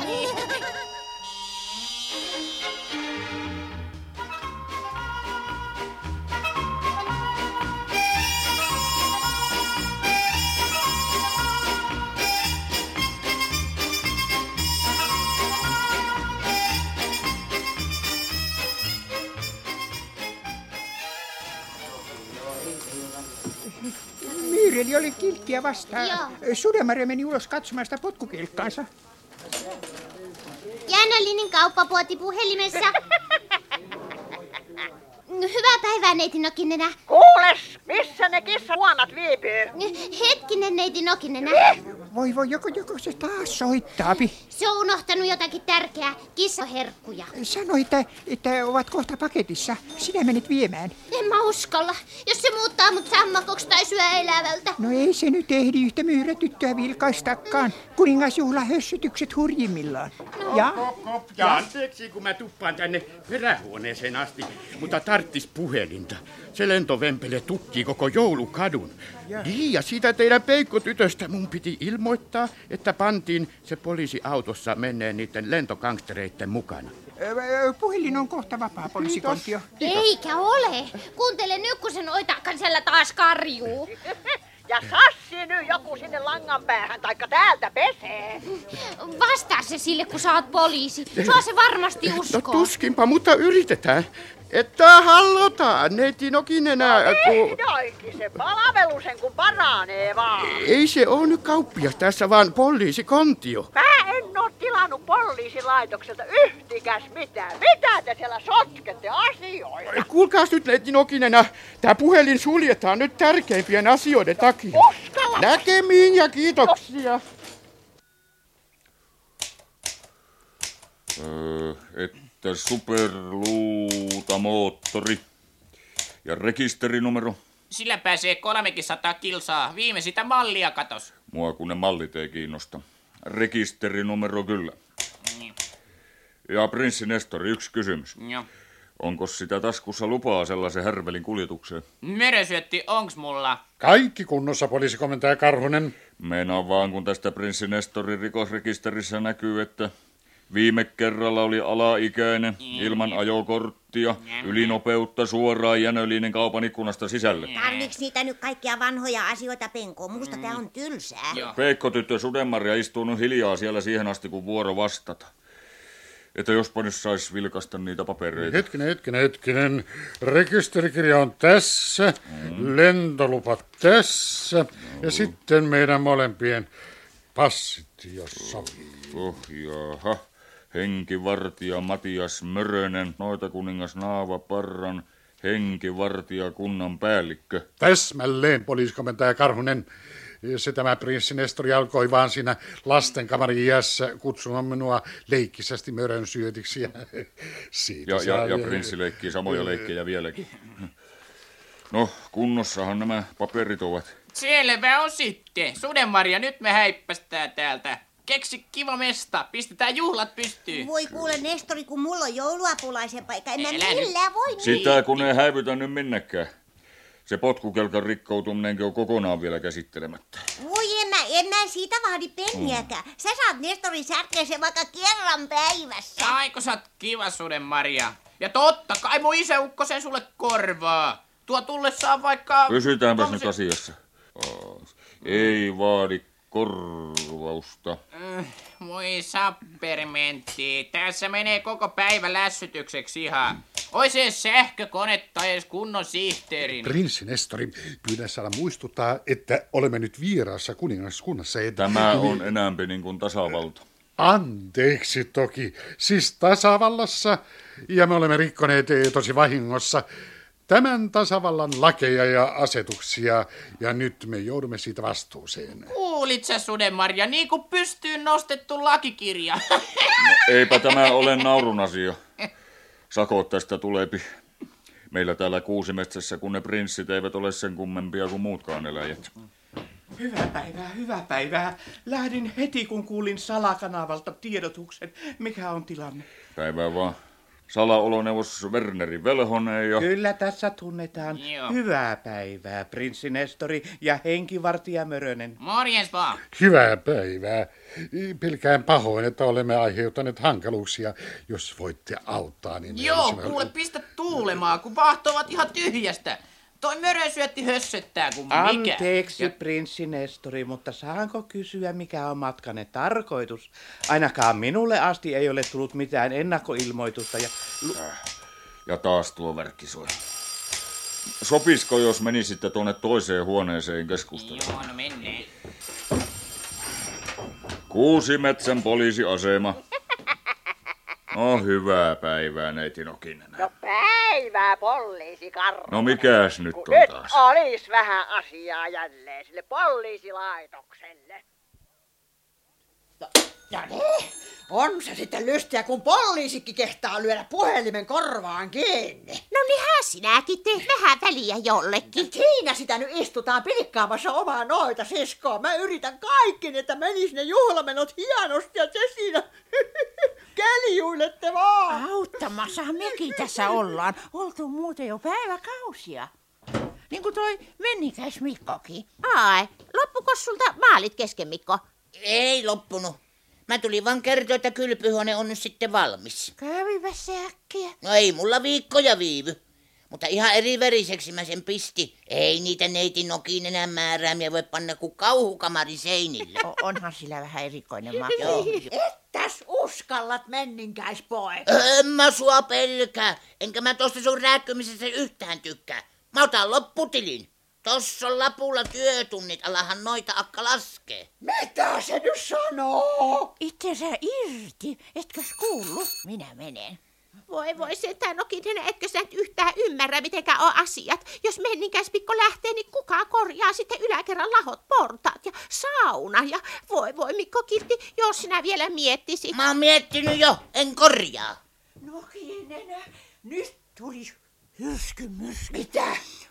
Myyreli oli kilttiä vastaan. Joo. Sudenmarja meni ulos katsomaan sitä potkukelkkaansa. Jännällinen kauppapuoti puhelimessa. Hyvää päivää, neiti Nokinenä. Kuules, missä ne kissahuonat viipyy? Hetkinen, neiti Nokinenä. Voi, joko se taas soittaapi. Se on unohtanut jotakin tärkeää. Kissaherkkuja. Sanoi, että ovat kohta paketissa. Sinä menit viemään. En mä uskalla. Jos se muuttaa mut sammakoksi tai syö elävältä. No ei se nyt ehdi yhtä myyrätyttöä vilkaistakaan. Kuningasjuhlahössytykset hurjimmillaan. No. Ja anteeksi, kun mä tuppaan tänne perähuoneeseen asti, mutta tarttis puhelinta. Se lentovempele tukkii koko joulukadun. Niin, ja siitä teidän peikkotytöstä mun piti ilmoittaa, että pantiin se poliisiautossa menneen niiden lentogangstereitten mukana. Puhelin on kohta vapaa, poliisikontio. Eikä ole. Kuuntele nyt, kun sen oitakan siellä taas karjuu. Ja sassi nyt joku sinne langan päähän, taikka täältä pesee. Vastaa se sille, kun sä oot poliisi. Sua se varmasti uskoo. No tuskinpa, mutta yritetään. Että hallotaan, neiti Nokinenä, kun... Vihdoinkin se palvelusen kun paranee vaan. Ei se ole nyt kauppias tässä, vaan poliisikontio. Mä en oo tilannut poliisilaitokselta yhtikäs mitään. Mitä te siellä sotkette asioita? Kuulkaas nyt, neiti Nokinenä, tää puhelin suljetaan nyt tärkeimpien asioiden takia. Uskalla! Näkemiin ja kiitoksia. Että superluutamoottori ja rekisterinumero. Sillä pääsee 300 kilsaa. Viime sitä mallia katos. Mua kun ne mallit ei kiinnosta. Rekisterinumero kyllä. Niin. Ja prinssi Nestori, yksi kysymys. Joo. Onko sitä taskussa lupaa sellaisen härvelin kuljetukseen? Mörösyötti, onks mulla? Kaikki kunnossa, poliisikomentaja Karhunen. Meinaan vaan, kun tästä Prinssi Nestorin rikosrekisterissä näkyy, että viime kerralla oli alaikäinen, ilman ajokorttia, ylinopeutta suoraan Jänöliinin kaupan ikkunasta sisälle. Tarviks niitä nyt kaikkia vanhoja asioita, Penko? Musta tää on tylsää. Peikko-tyttö Sudenmaria istuu nyt hiljaa siellä siihen asti, kun vuoro vastata. Että jospa nyt sais vilkaista niitä papereita. Hetkinen. Rekisterikirja on tässä, lentolupa tässä ja sitten meidän molempien passit, jos sopii. Jaha. Henkivartija Matias Mörönen, Noitakuningas Naavaparran henkivartija kunnan päällikkö. Täsmälleen, poliisikomentaja Karhunen. Se tämä Prinssi Nestori alkoi vaan siinä lastenkamarin iässä kutsumaan minua leikkisästi Mörön syötiksi. Ja prinssi leikkii samoja leikkejä vieläkin. No, kunnossahan nämä paperit ovat. Selvä on sitten. Sudenmaria, nyt me häippästään täältä. Keksi kiva mesta, pistetään juhlat pystyyn. Voi kuule, Nestori, kun mulla on jouluapulaisen paikka, en mä millään voi niin. Sitä kun ei häivytä nyt minnekään. Se potkukelkan rikkoutuminenkin on kokonaan vielä käsittelemättä. Voi en mä siitä vaadi penniäkään. Sä saat Nestorin särkeeseen vaikka kerran päivässä. Aiko sä oot kiva, Sudenmaria. Ja totta kai mun isäukko sen sulle korvaa. Tuo tullessaan vaikka... Pysytäänpäs nyt asiassa. Ei vaadi korvausta. Voi sappermentti. Tässä menee koko päivä lässytykseksi ihan. Oi se sähkökone tai edes kunnon sihteerin. Prinssi Nestori, pyydän saada muistuttaa, että olemme nyt vieraassa kuningaskunnassa. Tämä on enämpi niin kuin tasavalta. Anteeksi toki. Siis tasavallassa, ja me olemme rikkoneet tosi vahingossa tämän tasavallan lakeja ja asetuksia, ja nyt me joudumme siitä vastuuseen. Kuulit sä, Sudenmaria, niin kuin pystyyn nostettu lakikirja. No, eipä tämä ole naurun asia. Sakot tästä tuleepi. Meillä täällä Kuusimetsässä, kun ne prinssit eivät ole sen kummempia kuin muutkaan eläjät. Hyvää päivää. Lähdin heti, kun kuulin salakanavalta tiedotuksen. Mikä on tilanne? Päivää vaan. Salaoloneuvos Werneri Velhonen ja... Kyllä tässä tunnetaan. Joo. Hyvää päivää, Prinssi Nestori ja henkivartija Mörönen. Morjens vaan. Hyvää päivää. Pelkään pahoin, että olemme aiheuttaneet hankaluuksia. Jos voitte auttaa, niin... Joo, kuule, pistä tuulemaan, kun vahtovat ihan tyhjästä. Toi Mörösyötti hössöttää kuin mikä. Anteeksi, Prinssi Nestori, mutta saanko kysyä, mikä on matkanne tarkoitus? Ainakaan minulle asti ei ole tullut mitään ennakkoilmoitusta ja taas tuo värkki soi. Sopisiko, jos menisitte tuonne toiseen huoneeseen keskustelemaan? Joo, no mennään. Kuusimetsän poliisiasema. No, hyvää päivää, neiti Nokinen. No päivää, poliisi Karhu. No mikäs nyt on taas? Nyt olis vähän asiaa jälleen sille poliisilaitokselle. No niin, on se sitten lystiä, kun poliisikin kehtaa lyödä puhelimen korvaan kiinni. No niinhän sinäkin teet vähän väliä jollekin. Ja siinä sitä nyt istutaan pilkkaamassa omaa noita siskoa. Mä yritän kaikki, että menis ne juhlamenot hienosti ja te siinä keljuilette vaan. Auttamassahan mekin tässä ollaan. Oltu muuten jo päiväkausia. Niin kuin toi mennikäis Mikkokin. Ai, loppuko sulta maalit kesken, Mikko? Ei loppunut. Mä tulin vaan kertoa, että kylpyhuone on nyt sitten valmis. Kävipä se äkkiä. No ei mulla viikkoja viivy. Mutta ihan eri veriseksi mä sen pisti. Ei niitä neiti Nokin enää määräämiä voi panna kuin kauhukamari seinille. Onhan sillä vähän erikoinen maku. Joo. Ettäs uskallat menninkäispoika. En mä sua pelkää. Enkä mä tosta sun rääkkymisestä yhtään tykkää. Mä otan lopputilin. Tossa on lapulla työtunnit, alahan noita akka laskee. Mitä se nyt sanoo? Itsensä irti, etkös kuullut? Minä menen. Voi sentään Nokinen, etkö sä nyt yhtään ymmärrä, mitenkä on asiat. Jos menninkäispikko lähtee, niin kuka korjaa sitten yläkerran lahot, portaat ja sauna. Ja voi Mikko Kirtti, jos sinä vielä miettisit. Mä oon miettinyt jo, en korjaa. Nokinen, nyt tuli hyrskymyrsky. Mitä?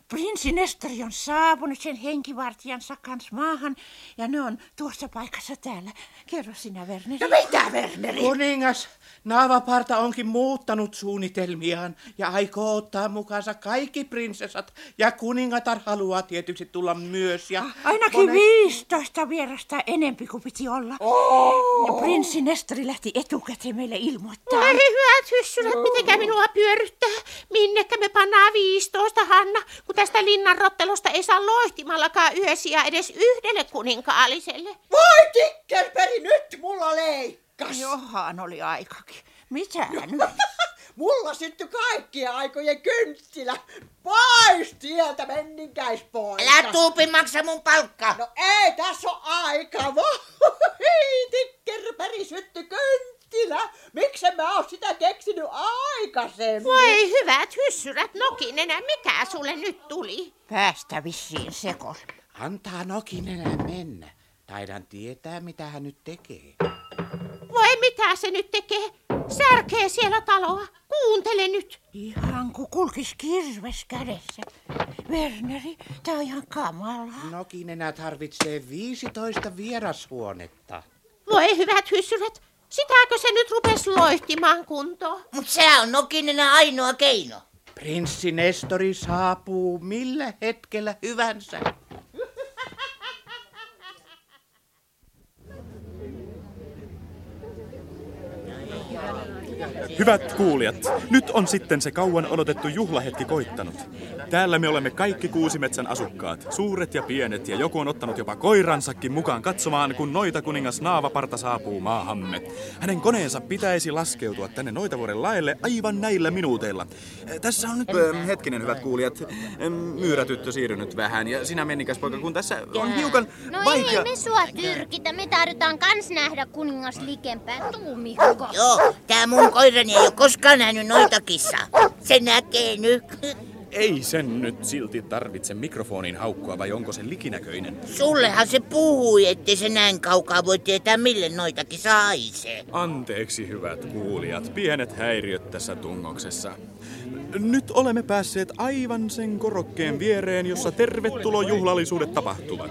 Prinssi Nestori on saapunut sen henkivartijansa kanssa maahan ja ne on tuossa paikassa täällä. Kerro sinä, Werneri. No mitä, Werneri? Kuningas Naavaparta onkin muuttanut suunnitelmiaan ja aikoo ottaa mukaansa kaikki prinsessat ja kuningatar haluaa tietysti tulla myös. Ja ainakin 15 vierasta enempi kuin piti olla. Ja prinssi Nestori lähti etukäteen meille ilmoittaa. Voi hyvät hyssyrät, mitenkä minua pyörryttää. Minnekä me pannaan 15, Hanna, kun tästä linnanrottelusta ei saa loihtimallakaan yösiä edes yhdelle kuninkaalliselle. Voi Tikkelperi, nyt mulla leikkas. Johan oli aikakin. Mitä nyt? Mulla syttyi kaikkien aikojen kynttilä. Pois tieltä, menninkäispoika. Älä tuupi maksa mun palkkaa. No ei, tässä on aika. Voi Tikkelperi, syttyi kynttilä. Miksen mä oon sitä keksinyt aikaisemmin? Voi hyvät hyssyrät, Nokinenä, mikä sulle nyt tuli? Päästä vissiin sekos. Antaa Nokinenä mennä. Taidan tietää, mitä hän nyt tekee. Voi mitä se nyt tekee? Särkee siellä taloa. Kuuntele nyt. Ihan kuin kulkis kirves kädessä. Werneri, tää on ihan kamalaa. Nokinenä tarvitsee 15 vierashuonetta. Voi hyvät hyssyrät, sitäkö se nyt rupes loihtimaan kuntoon? Mut se on Nokinenä ainoa keino. Prinssi Nestori saapuu millä hetkellä hyvänsä. Hyvät kuulijat, nyt on sitten se kauan odotettu juhlahetki koittanut. Täällä me olemme kaikki Kuusimetsän asukkaat, suuret ja pienet, ja joku on ottanut jopa koiransakin mukaan katsomaan, kun Noitakuningas Naavaparta saapuu maahamme. Hänen koneensa pitäisi laskeutua tänne Noitavuoren laelle aivan näillä minuuteilla. Tässä on nyt, hetkinen hyvät kuulijat, myyrätyttö siirrynyt vähän, ja sinä mennikäs poika, kun tässä on hiukan vaikea... No ei me sua tyrkitä, me tarvitaan kans nähdä kuningas likempää, tuu Mikko. Joo, tää mun koirani ei oo koskaan nähnyt noita kissaa. Se näkee nyt. Ei sen nyt silti tarvitse mikrofonin haukkua, vai onko se likinäköinen? Sullehan se puhui, ettei se näin kaukaa voi tietää, mille noitakin haisee. Anteeksi hyvät kuulijat, pienet häiriöt tässä tungoksessa. Nyt olemme päässeet aivan sen korokkeen viereen, jossa tervetulojuhlallisuudet tapahtuvat.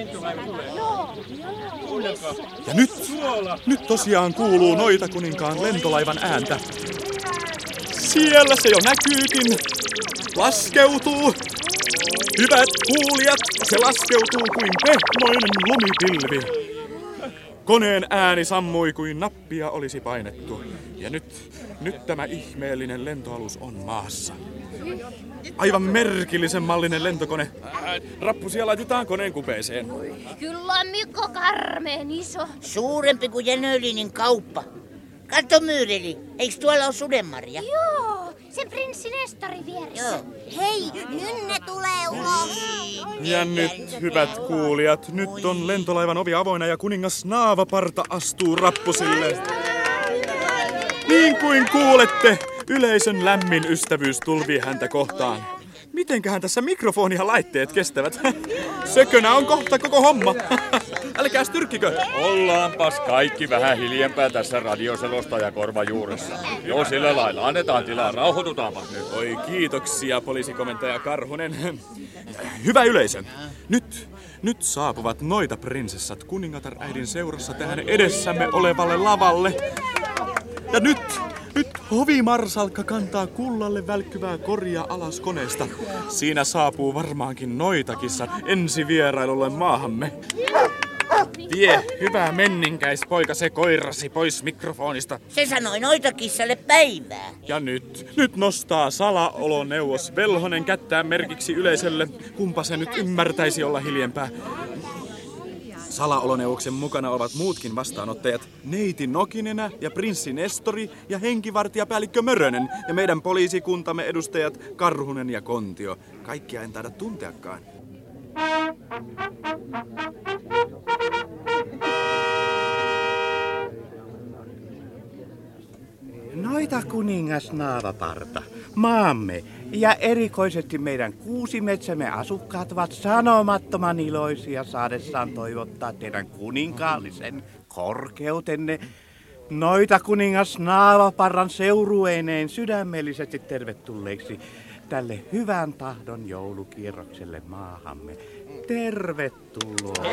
Ja nyt tosiaan kuuluu Noitakuninkaan lentolaivan ääntä. Siellä se jo näkyykin. Laskeutuu. Hyvät kuulijat, se laskeutuu kuin pehmoinen lumipilvi. Koneen ääni sammui kuin nappia olisi painettu. Ja nyt tämä ihmeellinen lentoalus on maassa. Aivan merkillisen mallinen lentokone. Rappusia laitetaan koneen kupeeseen. Kyllä on Mikko karmeen iso. Suurempi kuin Jänölinin kauppa. Katso Myyreli, eiks tuolla ole sudenmarja? Joo, se prinssi Nestori vieressä. Joo. Hei, Nynne tulee ulos. Ja nyt, hyvät kuulijat, nyt on lentolaivan ovi avoinna ja kuningas Naavaparta astuu rappusille. Niin kuin kuulette, yleisön lämmin ystävyys tulvii häntä kohtaan. Mitenköhän tässä mikrofonia laitteet kestävät? Sökönä on kohta koko homma. Älkääs tyrkkikö. Ollaanpas kaikki vähän hiljempää tässä radioselostajakorvan juuressa. Joo, sillä lailla. Annetaan tilaa. Rauhoitutaanpas nyt. Oi, kiitoksia, poliisikomentaja Karhunen. Hyvä yleisö. Nyt saapuvat noita prinsessat kuningatar-äidin seurassa tähän edessämme olevalle lavalle. Ja nyt hovimarsalkka kantaa kullalle välkkyvää koria alas koneesta. Siinä saapuu varmaankin Noitakissa ensi vierailulle maahamme. Vie, hyvä menninkäispoika, se koirasi pois mikrofonista. Se sanoi Noitakissalle päivää. Ja nyt nostaa salaoloneuvos Velhonen kättään merkiksi yleisölle. Kumpa se nyt ymmärtäisi olla hiljempää. Salaoloneuvoksen mukana ovat muutkin vastaanottajat. Neiti Nokinenä ja prinssi Nestori ja henkivartijapäällikkö Mörönen ja meidän poliisikuntamme edustajat Karhunen ja Kontio. Kaikkia en taida tunteakaan. Noitakuningas Naavaparta, maamme ja erikoisesti meidän Kuusimetsämme asukkaat ovat sanomattoman iloisia saadessaan toivottaa teidän kuninkaallisen korkeutenne Noitakuningas Naavaparran seurueineen sydämellisesti tervetulleeksi tälle hyvän tahdon joulukierrokselle maahamme. Tervetuloa.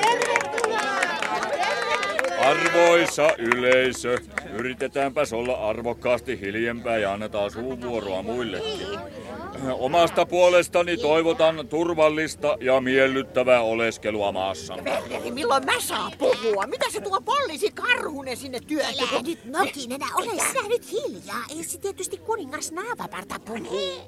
Arvoisa yleisö, yritetäänpäs olla arvokkaasti hiljempää ja annetaan suunvuoroa muillekin. Omasta puolestani toivotan turvallista ja miellyttävää oleskelua maassamme. Perkele, milloin mä saan puhua? Mitä se tuo poliisi Karhunen sinne työhön? Älä nyt Nokinen, ole sinä nyt hiljaa. Ei se tietysti kuningas Naavaparta puhuu.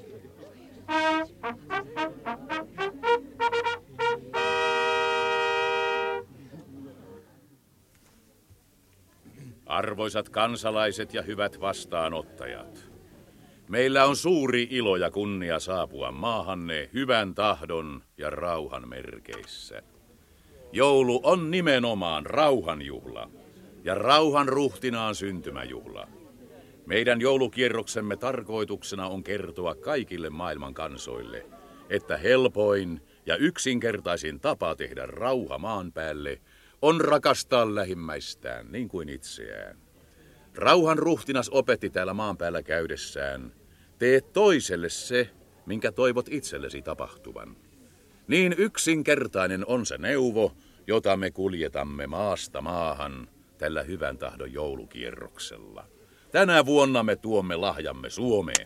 Arvoisat kansalaiset ja hyvät vastaanottajat. Meillä on suuri ilo ja kunnia saapua maahanne hyvän tahdon ja rauhan merkeissä. Joulu on nimenomaan rauhanjuhla ja rauhan ruhtinaan syntymäjuhla. Meidän joulukierroksemme tarkoituksena on kertoa kaikille maailman kansoille, että helpoin ja yksinkertaisin tapa tehdä rauha maan päälle on rakastaa lähimmäistään niin kuin itseään. Rauhan ruhtinas opetti täällä maan päällä käydessään, tee toiselle se, minkä toivot itsellesi tapahtuvan. Niin yksinkertainen on se neuvo, jota me kuljetamme maasta maahan tällä hyvän tahdon joulukierroksella. Tänä vuonna me tuomme lahjamme Suomeen.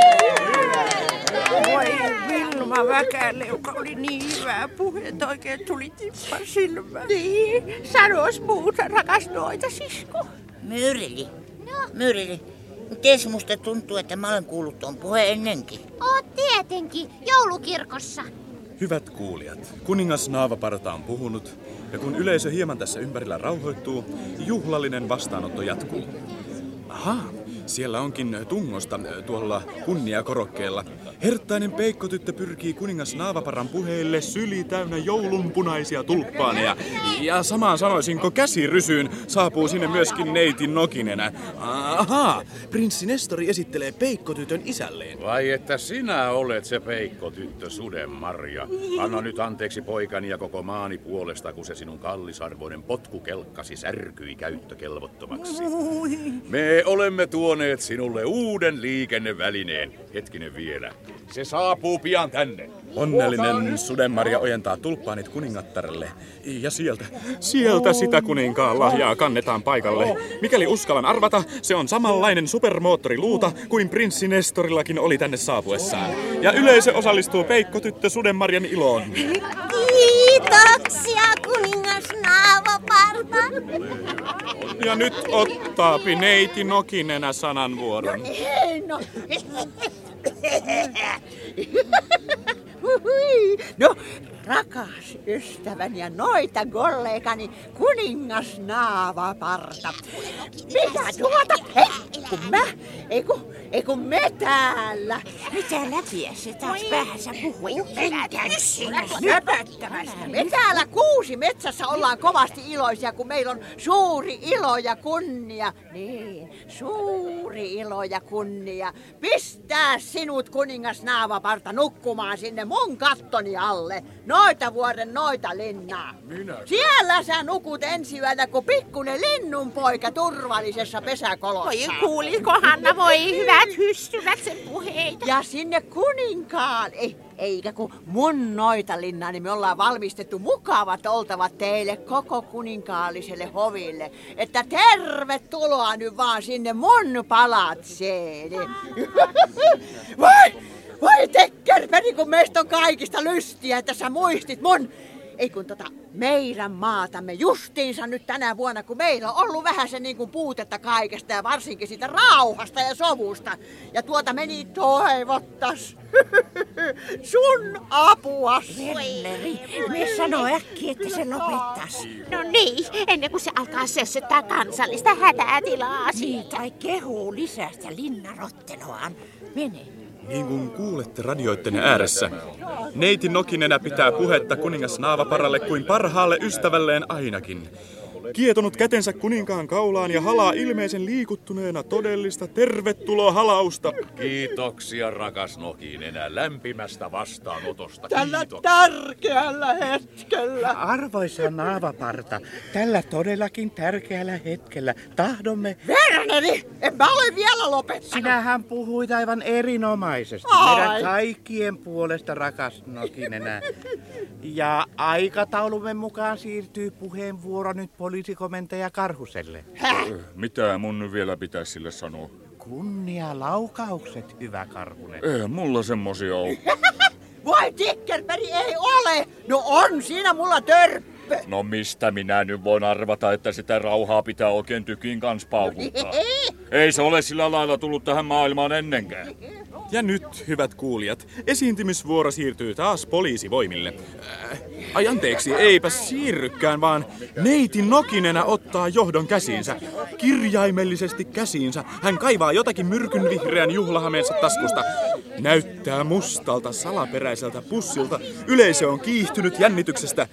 Voi Vilma Väkälle, joka oli niin hyvää puhetta, oikein tuli tippa silmään. Niin, sanois muuta, rakas noita sisko. Myyrili, ties musta tuntuu, että mä olen kuullut tuon puheen ennenkin. Oot tietenkin, joulukirkossa. Hyvät kuulijat, kuningas Naavaparta on puhunut, ja kun yleisö hieman tässä ympärillä rauhoittuu, juhlallinen vastaanotto jatkuu. Ahaa, siellä onkin tungosta tuolla kunniakorokkeella. Herttainen peikkotyttö pyrkii kuningas Naavaparan puheille syli täynnä joulunpunaisia tulppaaneja. Ja samaan sanoisinko käsirysyyn saapuu sinne myöskin neiti Nokinenä. Ahaa, prinssi Nestori esittelee peikkotytön isälleen. Vai että sinä olet se peikkotyttö Sudenmarja. Anna nyt anteeksi poikani ja koko maani puolesta, kun se sinun kallisarvoinen potkukelkkasi särkyi käyttökelvottomaksi. Me olemme tuoneet sinulle uuden liikennevälineen. Hetkinen vielä. Se saapuu pian tänne. Onnellinen Sudenmarja ojentaa tulppaanit kuningattarelle. Ja sieltä sitä kuninkaan lahjaa kannetaan paikalle. Mikäli uskallan arvata, se on samanlainen supermoottoriluuta kuin prinssi Nestorillakin oli tänne saapuessaan. Ja yleisö osallistuu peikkotyttö Sudenmarjan iloon. Kiitoksia, kuningas Naavaparta. Ja nyt ottaapi neiti Nokinenä sananvuoron. No, rakas ystäväni ja noita kollegani, kuningas Naavaparta. Mitä tuota? Ei kun me täällä. Mitä läpiä se taas päähänsä puhuu? Me täällä Kuusimetsässä ollaan kovasti iloisia, kun meillä on suuri ilo ja kunnia. Niin, suuri ilo ja kunnia. Pistää sinut, kuningas Naavaparta, nukkumaan sinne mun kattoni alle. Noita vuoden noita linnaa. Siellä sä nukut ensi yönä, kun pikkunen linnunpoika turvallisessa pesäkolossa. Voi kuuliko Hanna, voi hyvät hyssyvät sen puheita. Ja sinne kuninkaan, eikä kun mun noita linnaa, niin me ollaan valmistettu mukavat oltavat teille koko kuninkaalliselle hoville. Että tervetuloa nyt vaan sinne mun palatseeni. Voi tekkerperi, kun meistä on kaikista lystiä, että sä muistit meidän maatamme justiinsa nyt tänä vuonna, kun meillä on ollut vähän se niin kuin puutetta kaikesta ja varsinkin siitä rauhasta ja sovusta. Ja meni toivottas sun apuas. Velleri, me sanoo äkkiä, että se lopettas. No niin, ennen kuin se alkaa sössöttää kansallista hätätilaa. Niin, tai kehuu lisää sitä linnarotteloaan. Mene. Niin kuin kuulette radioitten ääressä, neiti Nokinenä pitää puhetta kuningas Naavaparalle kuin parhaalle ystävälleen ainakin. kietonut kätensä kuninkaan kaulaan ja halaa ilmeisen liikuttuneena todellista tervetulohalausta. Kiitoksia, rakas Nokinenä, lämpimästä vastaanotosta. Tällä tärkeällä hetkellä. Arvoisa naavaparta, tällä todellakin tärkeällä hetkellä tahdomme... Verneri, en mä ole vielä lopettanut. Sinähän puhuit aivan erinomaisesti. Meidän kaikkien puolesta, rakas Nokinenä. Ja aikataulumme mukaan siirtyy puheenvuoro nyt poliisikomentaja Karhuselle. Mitä mun nyt vielä pitäisi sille sanoa? Kunnialaukaukset, hyvä Karhunen. Ei mulla semmosia ole. Voi Tikkerperi, ei ole! No on siinä mulla törppö. No mistä minä nyt voin arvata, että sitä rauhaa pitää oikein tykin kanssa paukuttaa? Ei se ole sillä lailla tullut tähän maailmaan ennenkään. Ja nyt, hyvät kuulijat, esiintymisvuoro siirtyy taas poliisivoimille. Ai anteeksi, eipä siirrykään, vaan neiti Nokinenä ottaa johdon käsiinsä. Kirjaimellisesti käsiinsä. Hän kaivaa jotakin myrkynvihreän juhlahameensa taskusta. Näyttää mustalta salaperäiseltä pussilta. Yleisö on kiihtynyt jännityksestä.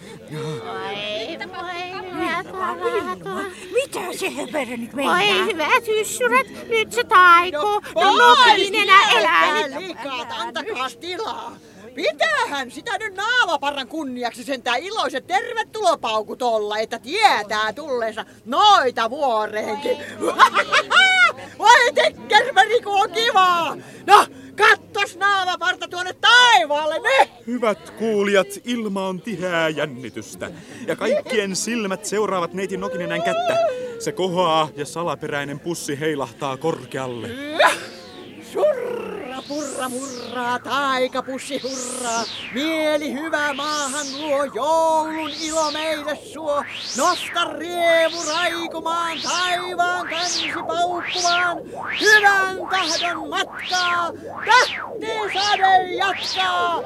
Mitä se höperö nyt meinaa? Oi hyvät yssyrät, nyt se taikoo. No Nokinenä elää nyt. Likat, antakaas tilaa. Pitäähän sitä nyt naavaparran kunniaksi sentään iloiset tervetulopaukut olla, että tietää tulleensa noita vuoreenkin. Voi Tikkerperi, kun on kivaa! No, kattos naavaparta tuonne taivaalle, ne! Hyvät kuulijat, ilma on tiheää jännitystä. Ja kaikkien silmät seuraavat neiti Nokinenän kättä. Se kohoaa ja salaperäinen pussi heilahtaa korkealle. Surra, purra, murraa, taikapussi hurraa. Mieli hyvä maahan luo, joulun ilo meille suo. Nosta rievu raikumaan, taivaan kansi paukkumaan. Hyvän tahdon matkaa, tähtisade jatkaa.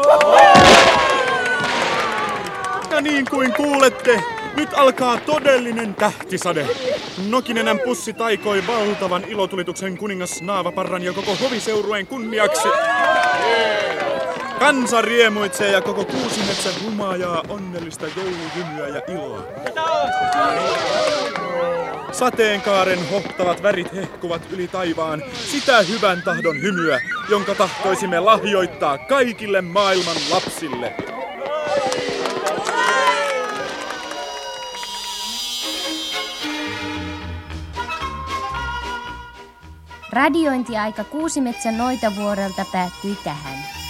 Ja niin kuin kuulette, nyt alkaa todellinen tähtisade. Nokinenän pussi taikoi valtavan ilotulituksen kuningas Naavaparran ja koko hoviseurueen kunniaksi. Kansa riemuitsee ja koko Kuusimetsän humaajaa onnellista joulujymyä ja iloa. Sateenkaaren hohtavat värit hehkuvat yli taivaan sitä hyvän tahdon hymyä, jonka tahtoisimme lahjoittaa kaikille maailman lapsille. Radiointiaika Kuusimetsän Noitavuorelta päättyi tähän.